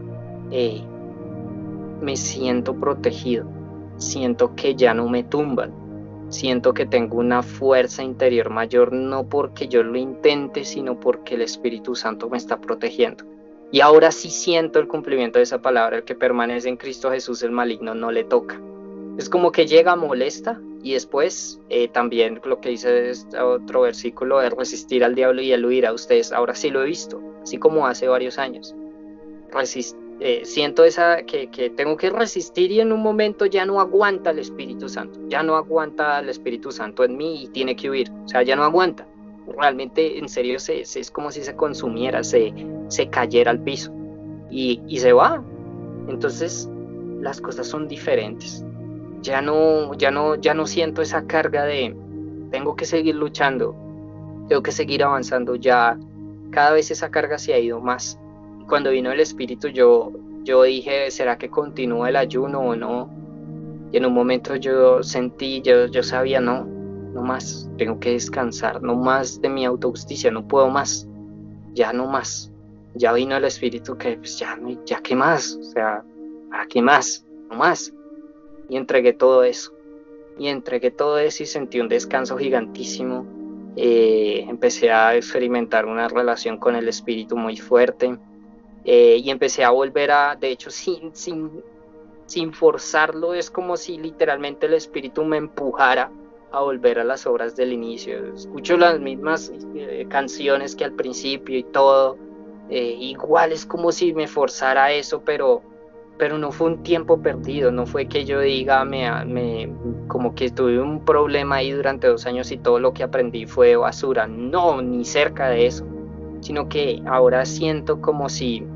Me siento protegido, siento que ya no me tumban, siento que tengo una fuerza interior mayor, no porque yo lo intente, sino porque el Espíritu Santo me está protegiendo. Y ahora sí siento el cumplimiento de esa palabra: el que permanece en Cristo Jesús, el maligno no le toca. Es como que llega, molesta, y después también lo que dice este otro versículo es resistir al diablo y él huirá. Ustedes, ahora sí lo he visto, así como hace varios años. Siento que tengo que resistir, y en un momento ya no aguanta el Espíritu Santo, ya no aguanta el Espíritu Santo en mí y tiene que huir, o sea, ya no aguanta. Realmente, en serio, es como si se consumiera, se cayera al piso y se va. Entonces, las cosas son diferentes. Ya no siento esa carga de tengo que seguir luchando, tengo que seguir avanzando. Ya cada vez esa carga se ha ido más. Cuando vino el Espíritu, yo dije, ¿será que continúa el ayuno o no? Y en un momento yo sentí, yo sabía, no más, tengo que descansar, no más de mi autojusticia, no puedo más, ya no más. Ya vino el Espíritu que pues ya qué más, o sea, ¿para qué más? No más. Y entregué todo eso. Y sentí un descanso gigantísimo. Empecé a experimentar una relación con el Espíritu muy fuerte. Y empecé a volver de hecho, sin forzarlo, es como si literalmente el Espíritu me empujara a volver a las obras del inicio. Escucho las mismas canciones que al principio y todo. Igual es como si me forzara a eso, pero no fue un tiempo perdido. No fue que yo diga, como que tuve un problema ahí durante 2 años y todo lo que aprendí fue basura. No, ni cerca de eso. Sino que ahora siento como si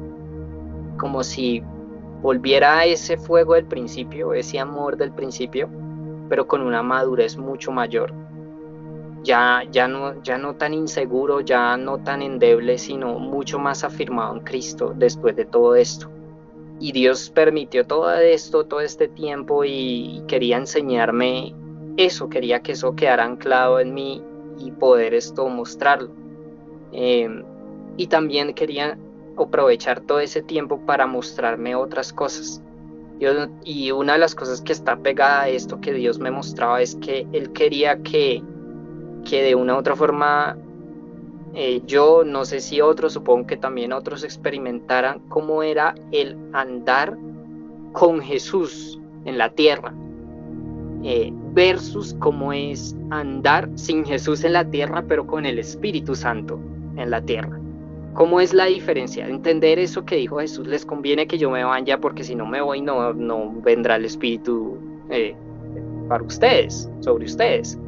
volviera a ese fuego del principio, ese amor del principio, pero con una madurez mucho mayor. Ya no tan inseguro, ya no tan endeble, sino mucho más afirmado en Cristo después de todo esto. Y Dios permitió todo esto, todo este tiempo, y quería enseñarme eso, quería que eso quedara anclado en mí y poder mostrarlo. Y también quería aprovechar todo ese tiempo para mostrarme otras cosas. Y una de las cosas que está pegada a esto que Dios me mostraba es que Él quería que de una u otra forma, yo no sé si otros, supongo que también otros experimentaran cómo era el andar con Jesús en la tierra, versus cómo es andar sin Jesús en la tierra, pero con el Espíritu Santo en la tierra. ¿Cómo es la diferencia? Entender eso que dijo Jesús: les conviene que yo me vaya, porque si no me voy no vendrá el Espíritu para ustedes, sobre ustedes.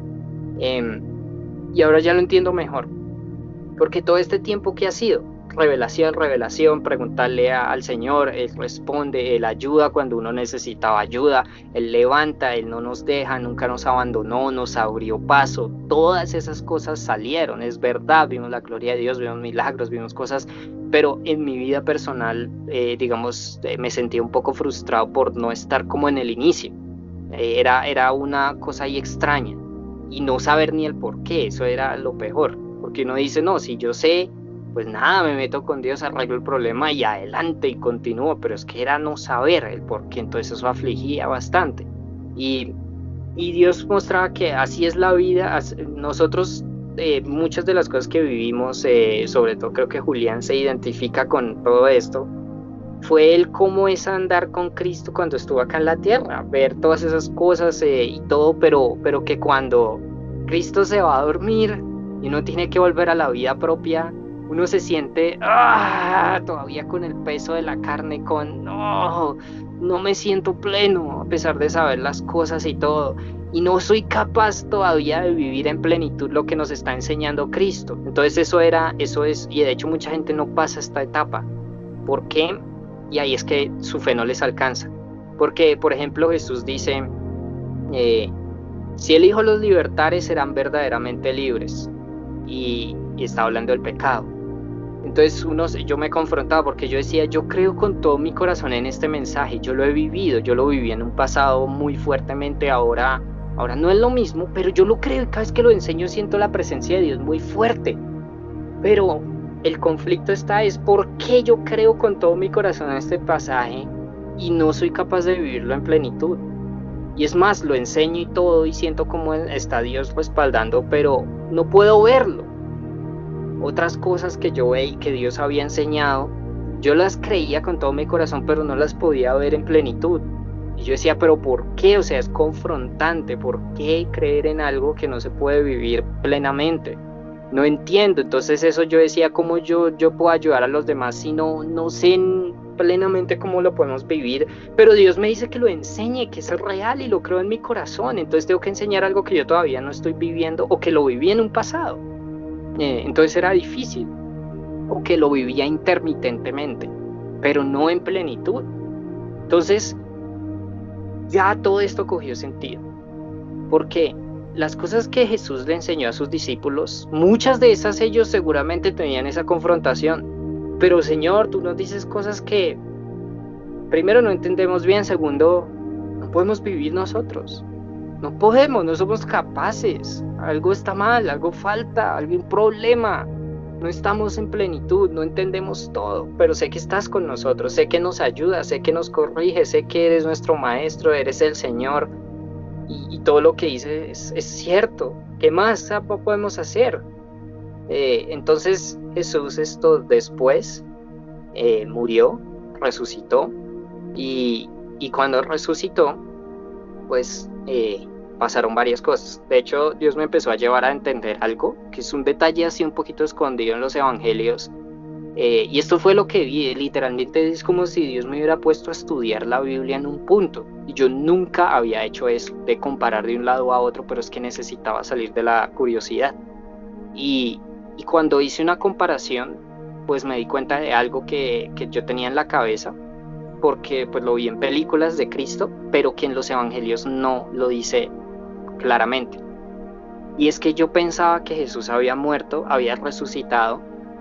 Y ahora ya lo entiendo mejor, porque todo este tiempo que ha sido revelación, preguntarle al Señor, Él responde, Él ayuda cuando uno necesitaba ayuda, Él levanta, Él no nos deja, nunca nos abandonó, nos abrió paso. Todas esas cosas salieron, es verdad, vimos la gloria de Dios, vimos milagros, vimos cosas, pero en mi vida personal, me sentí un poco frustrado por no estar como en el inicio. Era una cosa ahí extraña, y no saber ni el por qué, eso era lo peor, porque uno dice, no, si yo sé, pues nada, me meto con Dios, arreglo el problema y adelante y continúo, pero es que era no saber el por qué, entonces eso afligía bastante. Y Dios mostraba que así es la vida. Nosotros, muchas de las cosas que vivimos, sobre todo creo que Julián se identifica con todo esto, fue él cómo es andar con Cristo cuando estuvo acá en la tierra, ver todas esas cosas y todo, pero que cuando Cristo se va a dormir y uno tiene que volver a la vida propia, uno se siente todavía con el peso de la carne, no me siento pleno a pesar de saber las cosas y todo, y no soy capaz todavía de vivir en plenitud lo que nos está enseñando Cristo. Entonces eso es, y de hecho mucha gente no pasa esta etapa. ¿Por qué? Y ahí es que su fe no les alcanza. Porque, por ejemplo, Jesús dice, si el Hijo los libertare, serán verdaderamente libres. Y está hablando del pecado. Entonces yo me confrontaba, porque yo decía, yo creo con todo mi corazón en este mensaje, yo lo he vivido, yo lo viví en un pasado muy fuertemente, ahora no es lo mismo, pero yo lo creo, y cada vez que lo enseño siento la presencia de Dios muy fuerte. Pero el conflicto está es por qué yo creo con todo mi corazón en este pasaje y no soy capaz de vivirlo en plenitud. Y es más, lo enseño y todo y siento como está Dios respaldando, pero no puedo verlo. Otras cosas que yo veía que Dios había enseñado, yo las creía con todo mi corazón, pero no las podía ver en plenitud. Y yo decía, pero ¿por qué? O sea, es confrontante. ¿Por qué creer en algo que no se puede vivir plenamente? No entiendo. Entonces eso yo decía, ¿cómo yo puedo ayudar a los demás si no sé plenamente cómo lo podemos vivir? Pero Dios me dice que lo enseñe, que es real y lo creo en mi corazón. Entonces tengo que enseñar algo que yo todavía no estoy viviendo o que lo viví en un pasado. Entonces era difícil. O que lo vivía intermitentemente, pero no en plenitud. Entonces ya todo esto cogió sentido, porque las cosas que Jesús le enseñó a sus discípulos, muchas de esas ellos seguramente tenían esa confrontación, pero Señor, tú nos dices cosas que primero no entendemos bien, segundo, no podemos vivir nosotros, no podemos, no somos capaces, algo está mal, algo falta, algún problema, no estamos en plenitud, no entendemos todo, pero sé que estás con nosotros, sé que nos ayudas, sé que nos corriges, sé que eres nuestro maestro, eres el Señor, y todo lo que dices es cierto. ¿Qué más podemos hacer? Entonces Jesús después murió, resucitó, y cuando resucitó, pues pasaron varias cosas. De hecho, Dios me empezó a llevar a entender algo, que es un detalle así un poquito escondido en los evangelios, y esto fue lo que vi. Literalmente es como si Dios me hubiera puesto a estudiar la Biblia en un punto, y yo nunca había hecho eso, de comparar de un lado a otro, pero es que necesitaba salir de la curiosidad, y cuando hice una comparación, pues me di cuenta de algo que yo tenía en la cabeza, porque pues lo vi en películas de Cristo, pero que en los evangelios no lo dice claramente. Y es que yo pensaba que Jesús había muerto, había resucitado,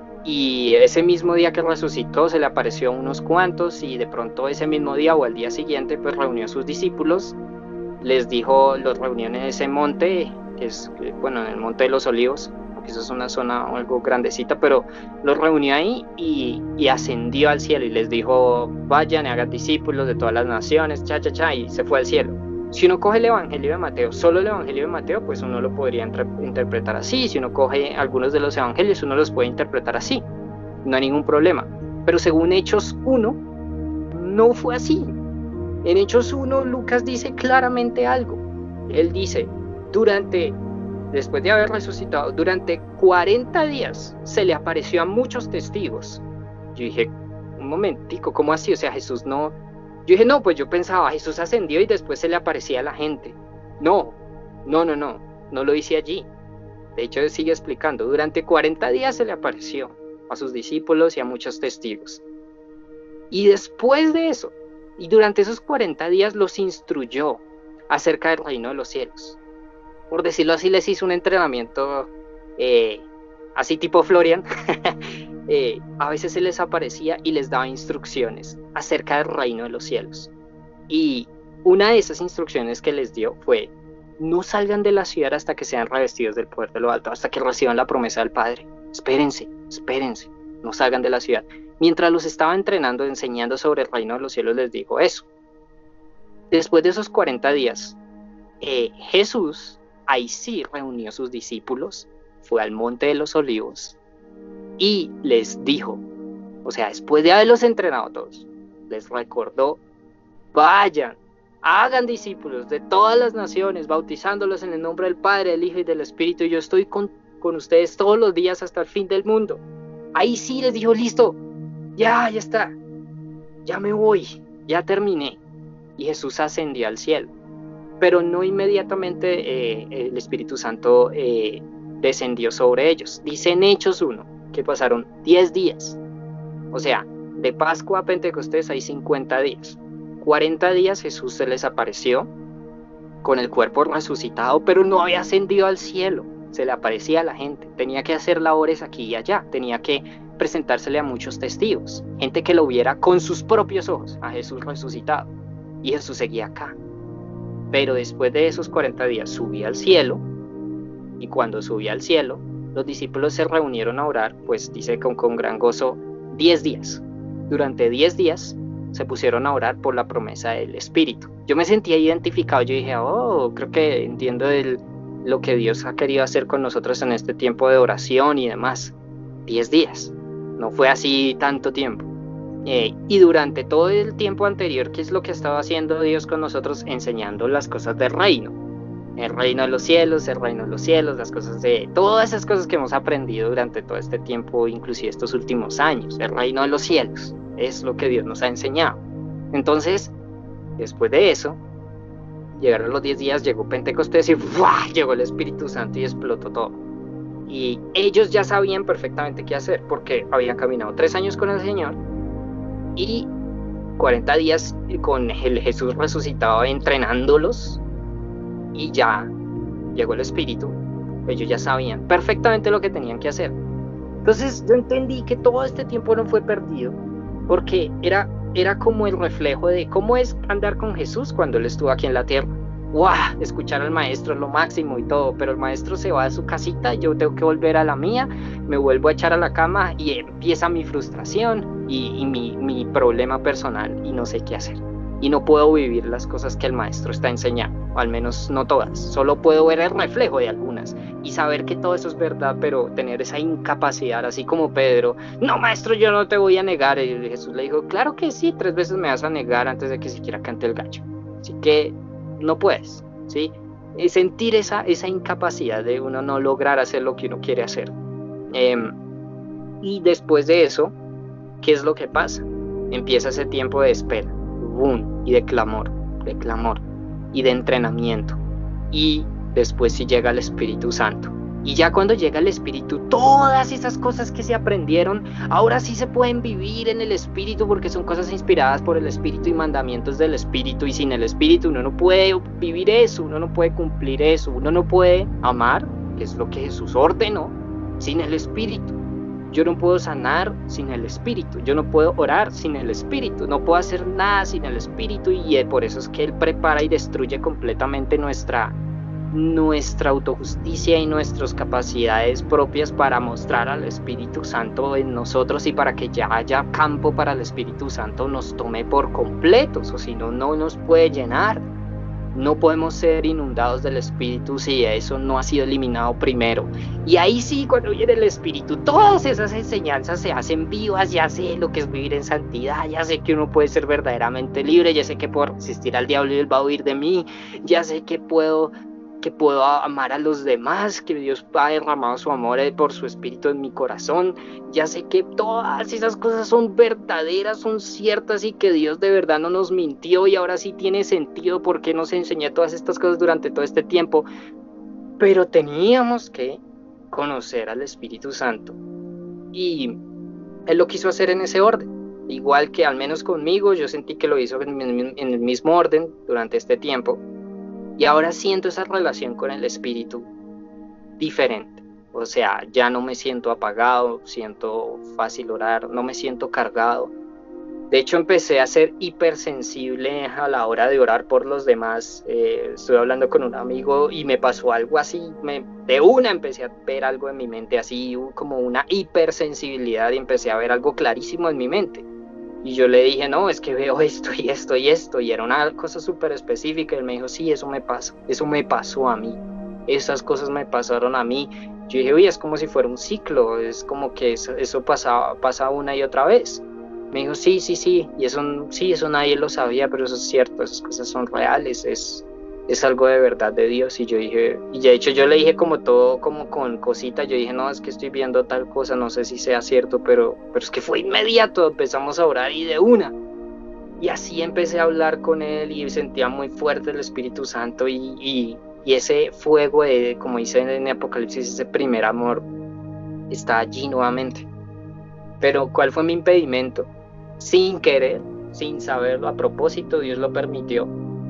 y ese mismo día que resucitó se le apareció a unos cuantos, y de pronto ese mismo día o al día siguiente pues reunió a sus discípulos, les dijo, los reunió en ese monte, que es, bueno, en el Monte de los Olivos, porque eso es una zona algo grandecita, pero los reunió ahí y ascendió al cielo y les dijo, vayan y hagan discípulos de todas las naciones, y se fue al cielo. Si uno coge el Evangelio de Mateo, solo el Evangelio de Mateo, pues uno lo podría interpretar así. Si uno coge algunos de los Evangelios, uno los puede interpretar así. No hay ningún problema. Pero según Hechos 1, no fue así. En Hechos 1, Lucas dice claramente algo. Él dice, después de haber resucitado, durante 40 días se le apareció a muchos testigos. Yo dije, un momentico, ¿cómo así? O sea, Jesús no... Yo dije, no, pues yo pensaba, Jesús ascendió y después se le aparecía a la gente. No lo hice allí. De hecho, sigue explicando, durante 40 días se le apareció a sus discípulos y a muchos testigos. Y después de eso, y durante esos 40 días los instruyó acerca del reino de los cielos. Por decirlo así, les hizo un entrenamiento así tipo Florian. A veces se les aparecía y les daba instrucciones acerca del reino de los cielos. Y una de esas instrucciones que les dio fue, no salgan de la ciudad hasta que sean revestidos del poder de lo alto, hasta que reciban la promesa del Padre. Espérense, no salgan de la ciudad. Mientras los estaba entrenando, enseñando sobre el reino de los cielos, les dijo eso. Después de esos 40 días, Jesús ahí sí reunió a sus discípulos, fue al Monte de los Olivos y les dijo, o sea, después de haberlos entrenado todos, les recordó, vayan, hagan discípulos de todas las naciones, bautizándolos en el nombre del Padre, del Hijo y del Espíritu, y yo estoy con ustedes todos los días hasta el fin del mundo. Ahí sí les dijo, listo, ya está, ya me voy, ya terminé. Y Jesús ascendió al cielo, pero no inmediatamente el Espíritu Santo descendió sobre ellos. Dice en Hechos 1 que pasaron 10 días, o sea, de Pascua a Pentecostés hay 50 días. 40 días Jesús se les apareció con el cuerpo resucitado, pero no había ascendido al cielo, se le aparecía a la gente, tenía que hacer labores aquí y allá, tenía que presentársele a muchos testigos, gente que lo viera con sus propios ojos, a Jesús resucitado, y Jesús seguía acá. Pero después de esos 40 días subía al cielo, y cuando subía al cielo, los discípulos se reunieron a orar, pues dice con gran gozo, 10 días. Durante 10 días se pusieron a orar por la promesa del Espíritu. Yo me sentía identificado, yo dije, creo que entiendo lo que Dios ha querido hacer con nosotros en este tiempo de oración y demás. 10 días, no fue así tanto tiempo. Y durante todo el tiempo anterior, ¿qué es lo que estaba haciendo Dios con nosotros? Enseñando las cosas del reino. El reino de los cielos, las cosas todas esas cosas que hemos aprendido durante todo este tiempo, inclusive estos últimos años. El reino de los cielos es lo que Dios nos ha enseñado. Entonces, después de eso, llegaron los 10 días, llegó Pentecostés y ¡buah! Llegó el Espíritu Santo y explotó todo. Y ellos ya sabían perfectamente qué hacer, porque habían caminado 3 años con el Señor y 40 días con el Jesús resucitado entrenándolos, y ya llegó el Espíritu. Ellos ya sabían perfectamente lo que tenían que hacer. Entonces yo entendí que todo este tiempo no fue perdido, porque era como el reflejo de cómo es andar con Jesús cuando Él estuvo aquí en la tierra. ¡Wow! Escuchar al maestro es lo máximo y todo, pero el maestro se va a su casita, yo tengo que volver a la mía, me vuelvo a echar a la cama y empieza mi frustración y mi problema personal y no sé qué hacer. Y no puedo vivir las cosas que el maestro está enseñando, o al menos no todas, solo puedo ver el reflejo de algunas y saber que todo eso es verdad, pero tener esa incapacidad, así como Pedro, no maestro, yo no te voy a negar, y Jesús le dijo, claro que sí, 3 veces me vas a negar antes de que siquiera cante el gallo, así que no puedes, ¿sí? Sentir esa incapacidad de uno no lograr hacer lo que uno quiere hacer. Y después de eso, ¿qué es lo que pasa? Empieza ese tiempo de espera, boom, y de clamor, y de entrenamiento. Y después sí llega el Espíritu Santo. Y ya cuando llega el Espíritu, todas esas cosas que se aprendieron, ahora sí se pueden vivir en el Espíritu, porque son cosas inspiradas por el Espíritu y mandamientos del Espíritu, y sin el Espíritu uno no puede vivir eso, uno no puede cumplir eso, uno no puede amar, que es lo que Jesús ordenó, sin el Espíritu. Yo no puedo sanar sin el Espíritu, yo no puedo orar sin el Espíritu, no puedo hacer nada sin el Espíritu, y por eso es que Él prepara y destruye completamente nuestra autojusticia y nuestras capacidades propias para mostrar al Espíritu Santo en nosotros, y para que ya haya campo para el Espíritu Santo nos tome por completos, o si no, no nos puede llenar. No podemos ser inundados del Espíritu si eso no ha sido eliminado primero. Y ahí sí, cuando viene el Espíritu, todas esas enseñanzas se hacen vivas. Ya sé lo que es vivir en santidad, ya sé que uno puede ser verdaderamente libre, ya sé que puedo resistir al diablo y él va a huir de mí, ya sé que puedo amar a los demás, que Dios ha derramado su amor por su Espíritu en mi corazón, ya sé que todas esas cosas son verdaderas, son ciertas, y que Dios de verdad no nos mintió, y ahora sí tiene sentido porque nos enseñó todas estas cosas durante todo este tiempo. Pero teníamos que conocer al Espíritu Santo, y Él lo quiso hacer en ese orden, igual que al menos conmigo, yo sentí que lo hizo en el mismo orden durante este tiempo. Y ahora siento esa relación con el Espíritu diferente. O sea, ya no me siento apagado, siento fácil orar, no me siento cargado. De hecho, empecé a ser hipersensible a la hora de orar por los demás. Estuve hablando con un amigo y me pasó algo así. De una empecé a ver algo en mi mente, así como una hipersensibilidad, y empecé a ver algo clarísimo en mi mente. Y yo le dije, no, es que veo esto y esto y esto, y era una cosa súper específica. Y él me dijo, sí, eso me pasó a mí, esas cosas me pasaron a mí. Yo dije, uy, es como si fuera un ciclo, es como que eso pasa una y otra vez. Me dijo, sí, y eso nadie lo sabía, pero eso es cierto, esas cosas son reales, es algo de verdad de Dios. Y yo dije, y de hecho yo le dije como todo, como con cositas, yo dije, no, es que estoy viendo tal cosa, no sé si sea cierto, pero es que fue inmediato, empezamos a orar y de una. Y así empecé a hablar con él y sentía muy fuerte el Espíritu Santo, y ese fuego de, como dice en Apocalipsis, ese primer amor está allí nuevamente. Pero ¿cuál fue mi impedimento? Sin querer, sin saberlo, a propósito, Dios lo permitió.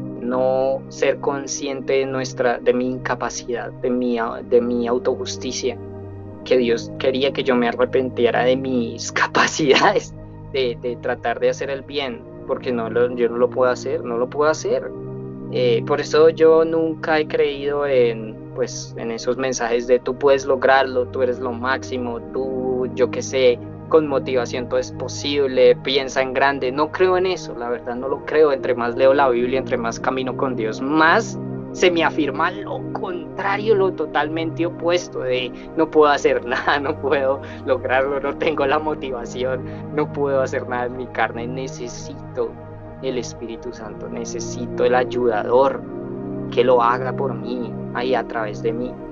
No ser consciente de mi incapacidad, de mi autojusticia, que Dios quería que yo me arrepintiera de mis capacidades de tratar de hacer el bien, porque yo no lo puedo hacer. Por eso yo nunca he creído en pues en esos mensajes de tú puedes lograrlo, tú eres lo máximo, tú, yo qué sé, con motivación todo es posible, piensa en grande. No creo en eso, la verdad no lo creo. Entre más leo la Biblia, entre más camino con Dios, más se me afirma lo contrario, lo totalmente opuesto de no puedo hacer nada, no puedo lograrlo, no tengo la motivación, no puedo hacer nada en mi carne. Necesito el Espíritu Santo, necesito el ayudador que lo haga por mí, ahí a través de mí.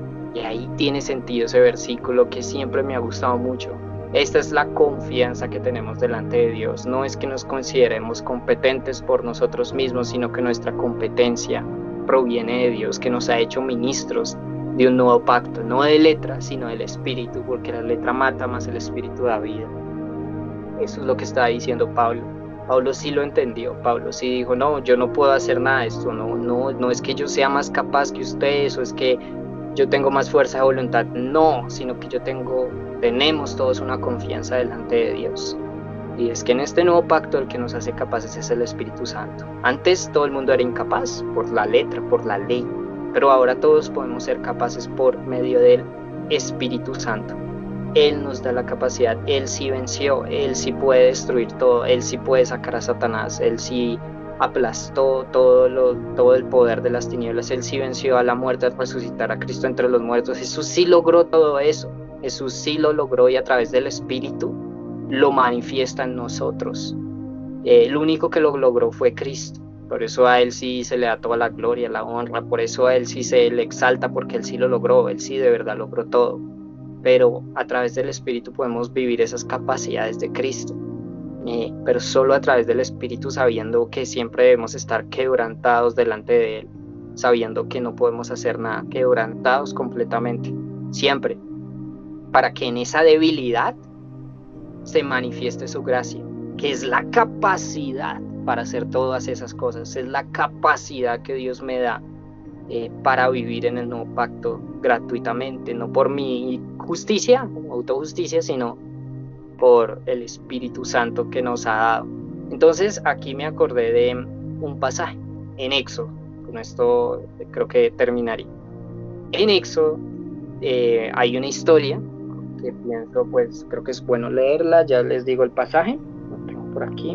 Y ahí tiene sentido ese versículo que siempre me ha gustado mucho. Esta es la confianza que tenemos delante de Dios. No es que nos consideremos competentes por nosotros mismos, sino que nuestra competencia proviene de Dios, que nos ha hecho ministros de un nuevo pacto, no de letra, sino del Espíritu, porque la letra mata, más el Espíritu da vida. Eso es lo que está diciendo Pablo. Pablo sí lo entendió. Pablo sí dijo, no, yo no puedo hacer nada de esto, no es que yo sea más capaz que ustedes, o es que yo tengo más fuerza de voluntad, no, sino que tenemos todos una confianza delante de Dios. Y es que en este nuevo pacto el que nos hace capaces es el Espíritu Santo. Antes todo el mundo era incapaz por la letra, por la ley, pero ahora todos podemos ser capaces por medio del Espíritu Santo. Él nos da la capacidad, Él sí venció, Él sí puede destruir todo, Él sí puede sacar a Satanás, Él sí aplastó todo el poder de las tinieblas, Él sí venció a la muerte al resucitar a Cristo entre los muertos. Jesús sí logró todo eso, Jesús sí lo logró y a través del Espíritu lo manifiesta en nosotros. El único que lo logró fue Cristo, por eso a Él sí se le da toda la gloria, la honra, por eso a Él sí se le exalta, porque Él sí lo logró, Él sí de verdad logró todo. Pero a través del Espíritu podemos vivir esas capacidades de Cristo, pero solo a través del Espíritu, sabiendo que siempre debemos estar quebrantados delante de Él, sabiendo que no podemos hacer nada, quebrantados completamente, siempre, para que en esa debilidad se manifieste su gracia, que es la capacidad para hacer todas esas cosas, es la capacidad que Dios me da para vivir en el nuevo pacto gratuitamente, no por mi justicia, autojusticia, sino por el Espíritu Santo que nos ha dado. Entonces aquí me acordé de un pasaje en Éxodo, con esto creo que terminaría. En Éxodo hay una historia que pienso, pues creo que es bueno leerla. Ya les digo el pasaje, lo tengo por aquí.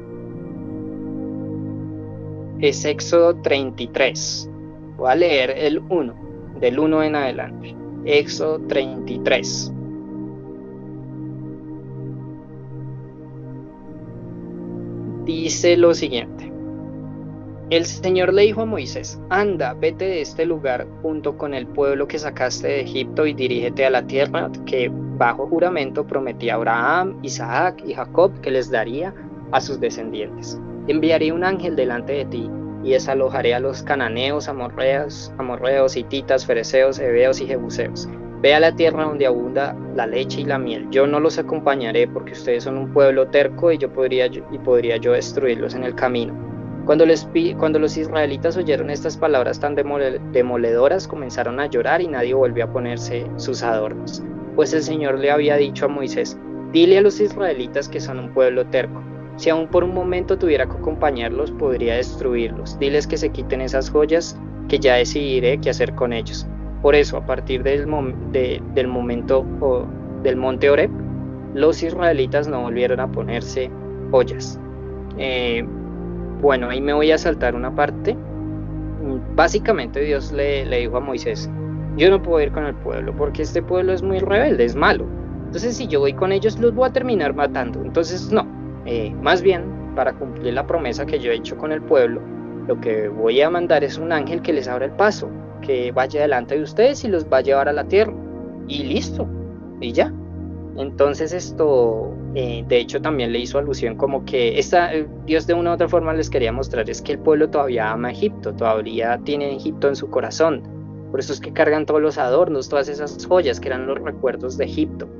Es Éxodo 33. Voy a leer el 1, del 1 en adelante. Éxodo 33. Dice lo siguiente: el Señor le dijo a Moisés, anda, vete de este lugar junto con el pueblo que sacaste de Egipto y dirígete a la tierra que bajo juramento prometí a Abraham, Isaac y Jacob que les daría a sus descendientes. Enviaré un ángel delante de ti y desalojaré a los cananeos, amorreos, hititas, fereceos, heveos y jebuseos. Ve a la tierra donde abunda la leche y la miel. Yo no los acompañaré porque ustedes son un pueblo terco y podría yo destruirlos en el camino. Cuando los israelitas oyeron estas palabras tan demoledoras, comenzaron a llorar y nadie volvió a ponerse sus adornos. Pues el Señor le había dicho a Moisés, dile a los israelitas que son un pueblo terco. Si aún por un momento tuviera que acompañarlos, podría destruirlos. Diles que se quiten esas joyas, que ya decidiré qué hacer con ellos. Por eso, a partir del momento del monte Horeb, los israelitas no volvieron a ponerse joyas. Bueno, ahí me voy a saltar una parte. Básicamente Dios le dijo a Moisés, yo no puedo ir con el pueblo porque este pueblo es muy rebelde, es malo. Entonces si yo voy con ellos los voy a terminar matando. Entonces no, más bien para cumplir la promesa que yo he hecho con el pueblo, lo que voy a mandar es un ángel que les abra el paso, que vaya delante de ustedes y los va a llevar a la tierra. Y listo, y ya. Entonces esto, de hecho también le hizo alusión como que Dios de una u otra forma les quería mostrar es que el pueblo todavía ama a Egipto, todavía tiene Egipto en su corazón. Por eso es que cargan todos los adornos, todas esas joyas que eran los recuerdos de Egipto.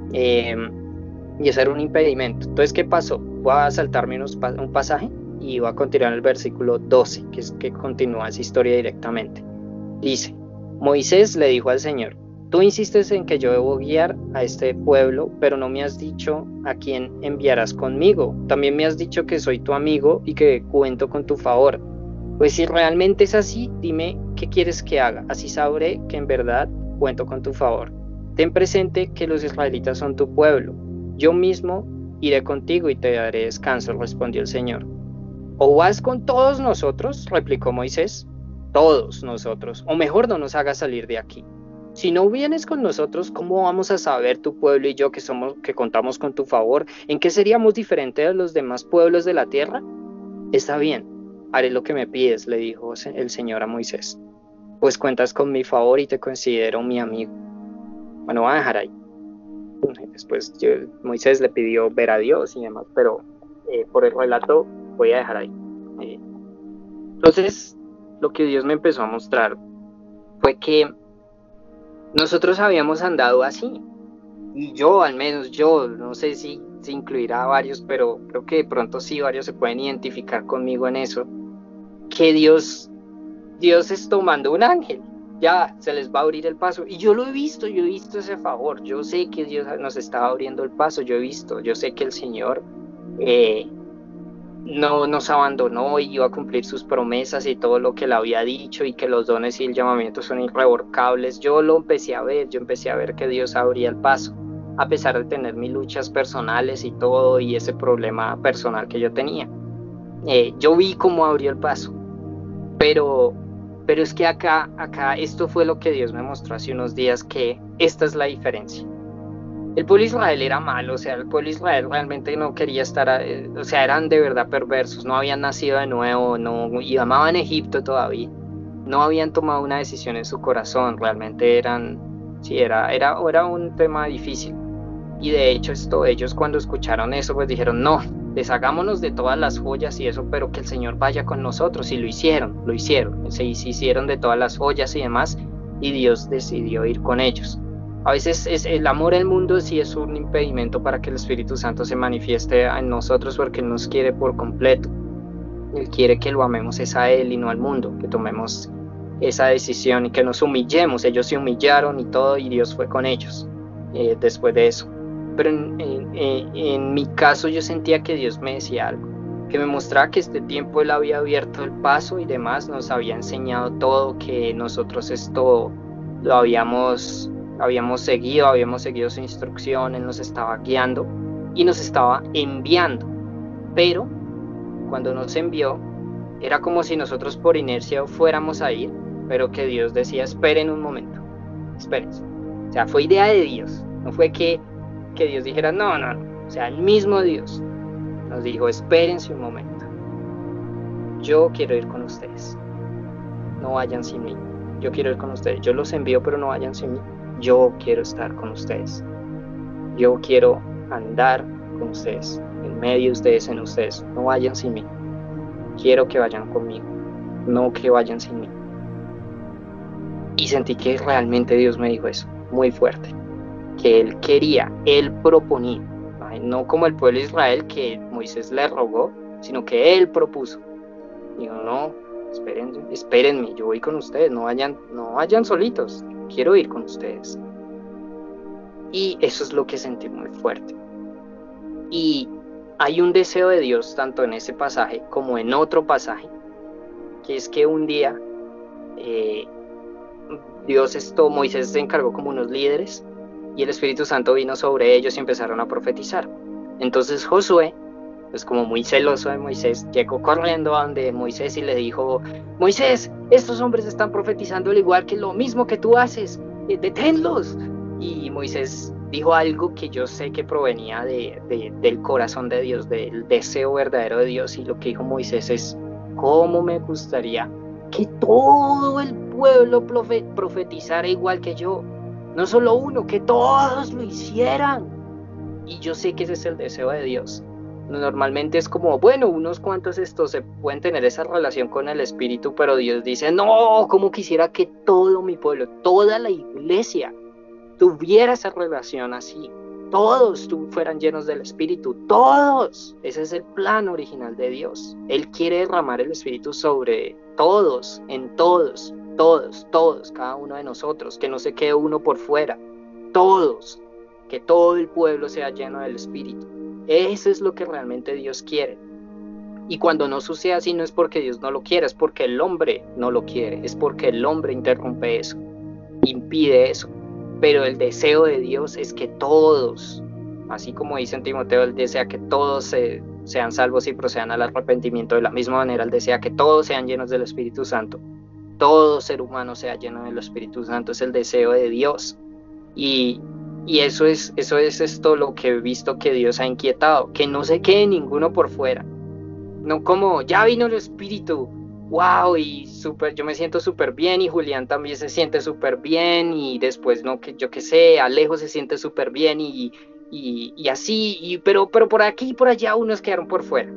Y eso era un impedimento. Entonces, ¿qué pasó? Voy a saltarme un pasaje y voy a continuar el versículo 12, que es que continúa esa historia directamente. Dice, Moisés le dijo al Señor, tú insistes en que yo debo guiar a este pueblo, pero no me has dicho a quién enviarás conmigo. También me has dicho que soy tu amigo y que cuento con tu favor. Pues si realmente es así, dime ¿qué quieres que haga? Así sabré que en verdad cuento con tu favor. Ten presente que los israelitas son tu pueblo. Yo mismo iré contigo y te daré descanso, respondió el Señor. ¿O vas con todos nosotros?, replicó Moisés. Todos nosotros, o mejor no nos hagas salir de aquí. Si no vienes con nosotros, ¿cómo vamos a saber tu pueblo y yo que contamos con tu favor? ¿En qué seríamos diferentes de los demás pueblos de la tierra? Está bien, haré lo que me pides, le dijo el Señor a Moisés. Pues cuentas con mi favor y te considero mi amigo. Bueno, voy a dejar ahí. Después Moisés le pidió ver a Dios y demás, pero por el relato voy a dejar ahí. Entonces, lo que Dios me empezó a mostrar fue que nosotros habíamos andado así. Y yo, al menos yo, no sé si incluirá a varios, pero creo que de pronto sí varios se pueden identificar conmigo en eso. Que Dios es tomando un ángel. Ya se les va a abrir el paso. Y yo he visto ese favor. Yo sé que Dios nos estaba abriendo el paso. Yo sé que el Señor no nos abandonó y iba a cumplir sus promesas y todo lo que Él había dicho, y que los dones y el llamamiento son irrevocables. Yo empecé a ver que Dios abría el paso, a pesar de tener mis luchas personales y todo, y ese problema personal que yo tenía. Yo vi cómo abrió el paso, pero es que acá esto fue lo que Dios me mostró hace unos días, que esta es la diferencia. El pueblo de Israel era malo, o sea, el pueblo de Israel realmente no quería estar, o sea, eran de verdad perversos, no habían nacido de nuevo, y amaban Egipto todavía, no habían tomado una decisión en su corazón, realmente era un tema difícil. Y de hecho ellos cuando escucharon eso, pues dijeron, no, deshagámonos de todas las joyas y eso, pero que el Señor vaya con nosotros, y lo hicieron, se hicieron de todas las joyas y demás, y Dios decidió ir con ellos. A veces el amor al mundo sí es un impedimento para que el Espíritu Santo se manifieste en nosotros, porque Él nos quiere por completo. Él quiere que lo amemos es a Él y no al mundo, que tomemos esa decisión y que nos humillemos. Ellos se humillaron y todo, y Dios fue con ellos después de eso. Pero en mi caso yo sentía que Dios me decía algo, que me mostraba que este tiempo Él había abierto el paso y demás, nos había enseñado todo, que nosotros esto lo habíamos seguido su instrucción, Él nos estaba guiando y nos estaba enviando. Pero cuando nos envió, era como si nosotros por inercia fuéramos a ir, pero que Dios decía, esperen un momento, espérense. O sea, fue idea de Dios, no fue que Dios dijera, no, o sea, el mismo Dios nos dijo, espérense un momento, yo quiero ir con ustedes, no vayan sin mí, yo quiero ir con ustedes, yo los envío, pero no vayan sin mí, yo quiero estar con ustedes, yo quiero andar con ustedes, en medio de ustedes, en ustedes, no vayan sin mí, quiero que vayan conmigo, no que vayan sin mí. Y sentí que realmente Dios me dijo eso, muy fuerte, que Él quería, Él proponía, no como el pueblo de Israel que Moisés le rogó, sino que Él propuso. Dijo, no, espérenme, yo voy con ustedes, no vayan solitos, quiero ir con ustedes. Y eso es lo que sentí muy fuerte. Y hay un deseo de Dios tanto en ese pasaje como en otro pasaje, que es que un día Moisés se encargó como unos líderes, y el Espíritu Santo vino sobre ellos y empezaron a profetizar. Entonces Josué, pues como muy celoso de Moisés, llegó corriendo a donde Moisés y le dijo, Moisés, estos hombres están profetizando al igual que lo mismo que tú haces, deténlos. Y Moisés dijo algo que yo sé que provenía del corazón de Dios, del deseo verdadero de Dios, y lo que dijo Moisés es, ¿cómo me gustaría que todo el pueblo profetizara igual que yo? No solo uno, que todos lo hicieran. Y yo sé que ese es el deseo de Dios. Normalmente es como, bueno, unos cuantos se pueden tener esa relación con el Espíritu, pero Dios dice, no, como quisiera que todo mi pueblo, toda la iglesia tuviera esa relación así. Todos fueran llenos del Espíritu, todos. Ese es el plan original de Dios. Él quiere derramar el Espíritu sobre todos, en todos, cada uno de nosotros, que no se quede uno por fuera, todos, que todo el pueblo sea lleno del Espíritu. Eso es lo que realmente Dios quiere. Y cuando no sucede así no es porque Dios no lo quiera, es porque el hombre no lo quiere, es porque el hombre interrumpe eso, impide eso. Pero el deseo de Dios es que todos, así como dice en Timoteo, Él desea que todos sean salvos y procedan al arrepentimiento. De la misma manera, Él desea que todos sean llenos del Espíritu Santo. Todo ser humano sea lleno del Espíritu Santo, es el deseo de Dios. Y eso es esto lo que he visto que Dios ha inquietado, que no se quede ninguno por fuera. No como, ya vino el Espíritu, wow, y yo me siento súper bien, y Julián también se siente súper bien, y después, no, que yo qué sé, Alejo se siente súper bien, y así, pero por aquí y por allá unos quedaron por fuera.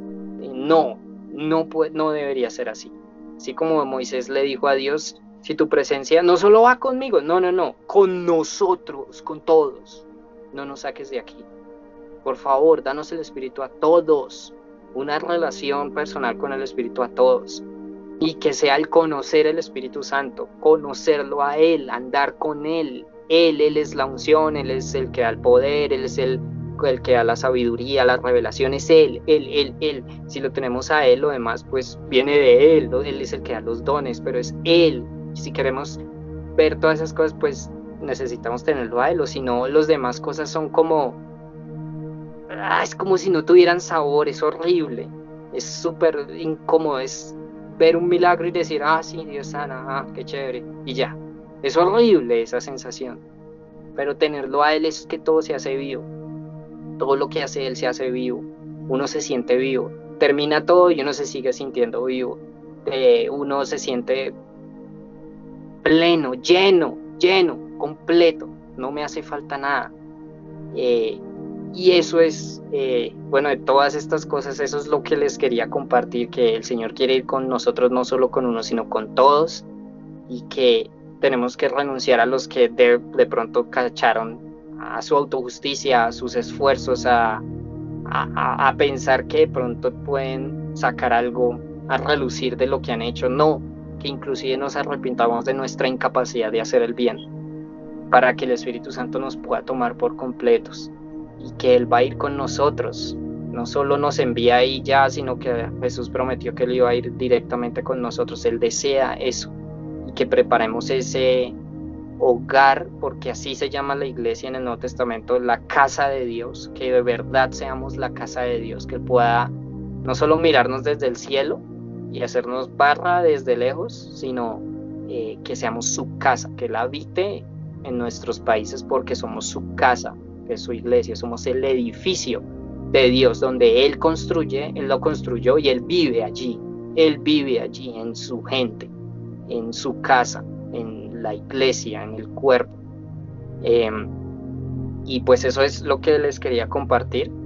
No debería ser así. Así como Moisés le dijo a Dios, si tu presencia no solo va conmigo, no, con nosotros, con todos, no nos saques de aquí. Por favor, danos el Espíritu a todos, una relación personal con el Espíritu a todos, y que sea el conocer el Espíritu Santo, conocerlo a Él, andar con Él. Él es la unción, Él es el que da el poder, Él es el que da la sabiduría, las revelaciones, Él. Si lo tenemos a Él, lo demás pues viene de Él, ¿no? Él es el que da los dones, pero es Él. Si queremos ver todas esas cosas, pues necesitamos tenerlo a Él, o si no, las demás cosas son como... es como si no tuvieran sabor, es horrible, es súper incómodo, es ver un milagro y decir, sí, Dios sana, qué chévere, y ya. Es horrible esa sensación, pero tenerlo a Él es que todo se hace vivo, todo lo que hace Él se hace vivo, uno se siente vivo, termina todo y uno se sigue sintiendo vivo, uno se siente pleno, lleno, completo, no me hace falta nada. Y eso es, bueno, de todas estas cosas, eso es lo que les quería compartir, que el Señor quiere ir con nosotros, no solo con uno, sino con todos, y que tenemos que renunciar a los que de pronto cacharon a su autojusticia, a sus esfuerzos, a pensar que de pronto pueden sacar algo a relucir de lo que han hecho. No, que inclusive nos arrepintamos de nuestra incapacidad de hacer el bien, para que el Espíritu Santo nos pueda tomar por completos, y que Él va a ir con nosotros, no solo nos envía ahí ya, sino que Jesús prometió que Él iba a ir directamente con nosotros. Él desea eso, y que preparemos ese hogar, porque así se llama la iglesia en el Nuevo Testamento, la casa de Dios, que de verdad seamos la casa de Dios, que Él pueda no solo mirarnos desde el cielo y hacernos barra desde lejos, sino que seamos su casa, que Él habite en nuestros países, porque somos su casa, que es su iglesia, somos el edificio de Dios, donde Él construye, Él lo construyó y Él vive allí en su gente, en su casa, en la iglesia, en el cuerpo. Y pues eso es lo que les quería compartir.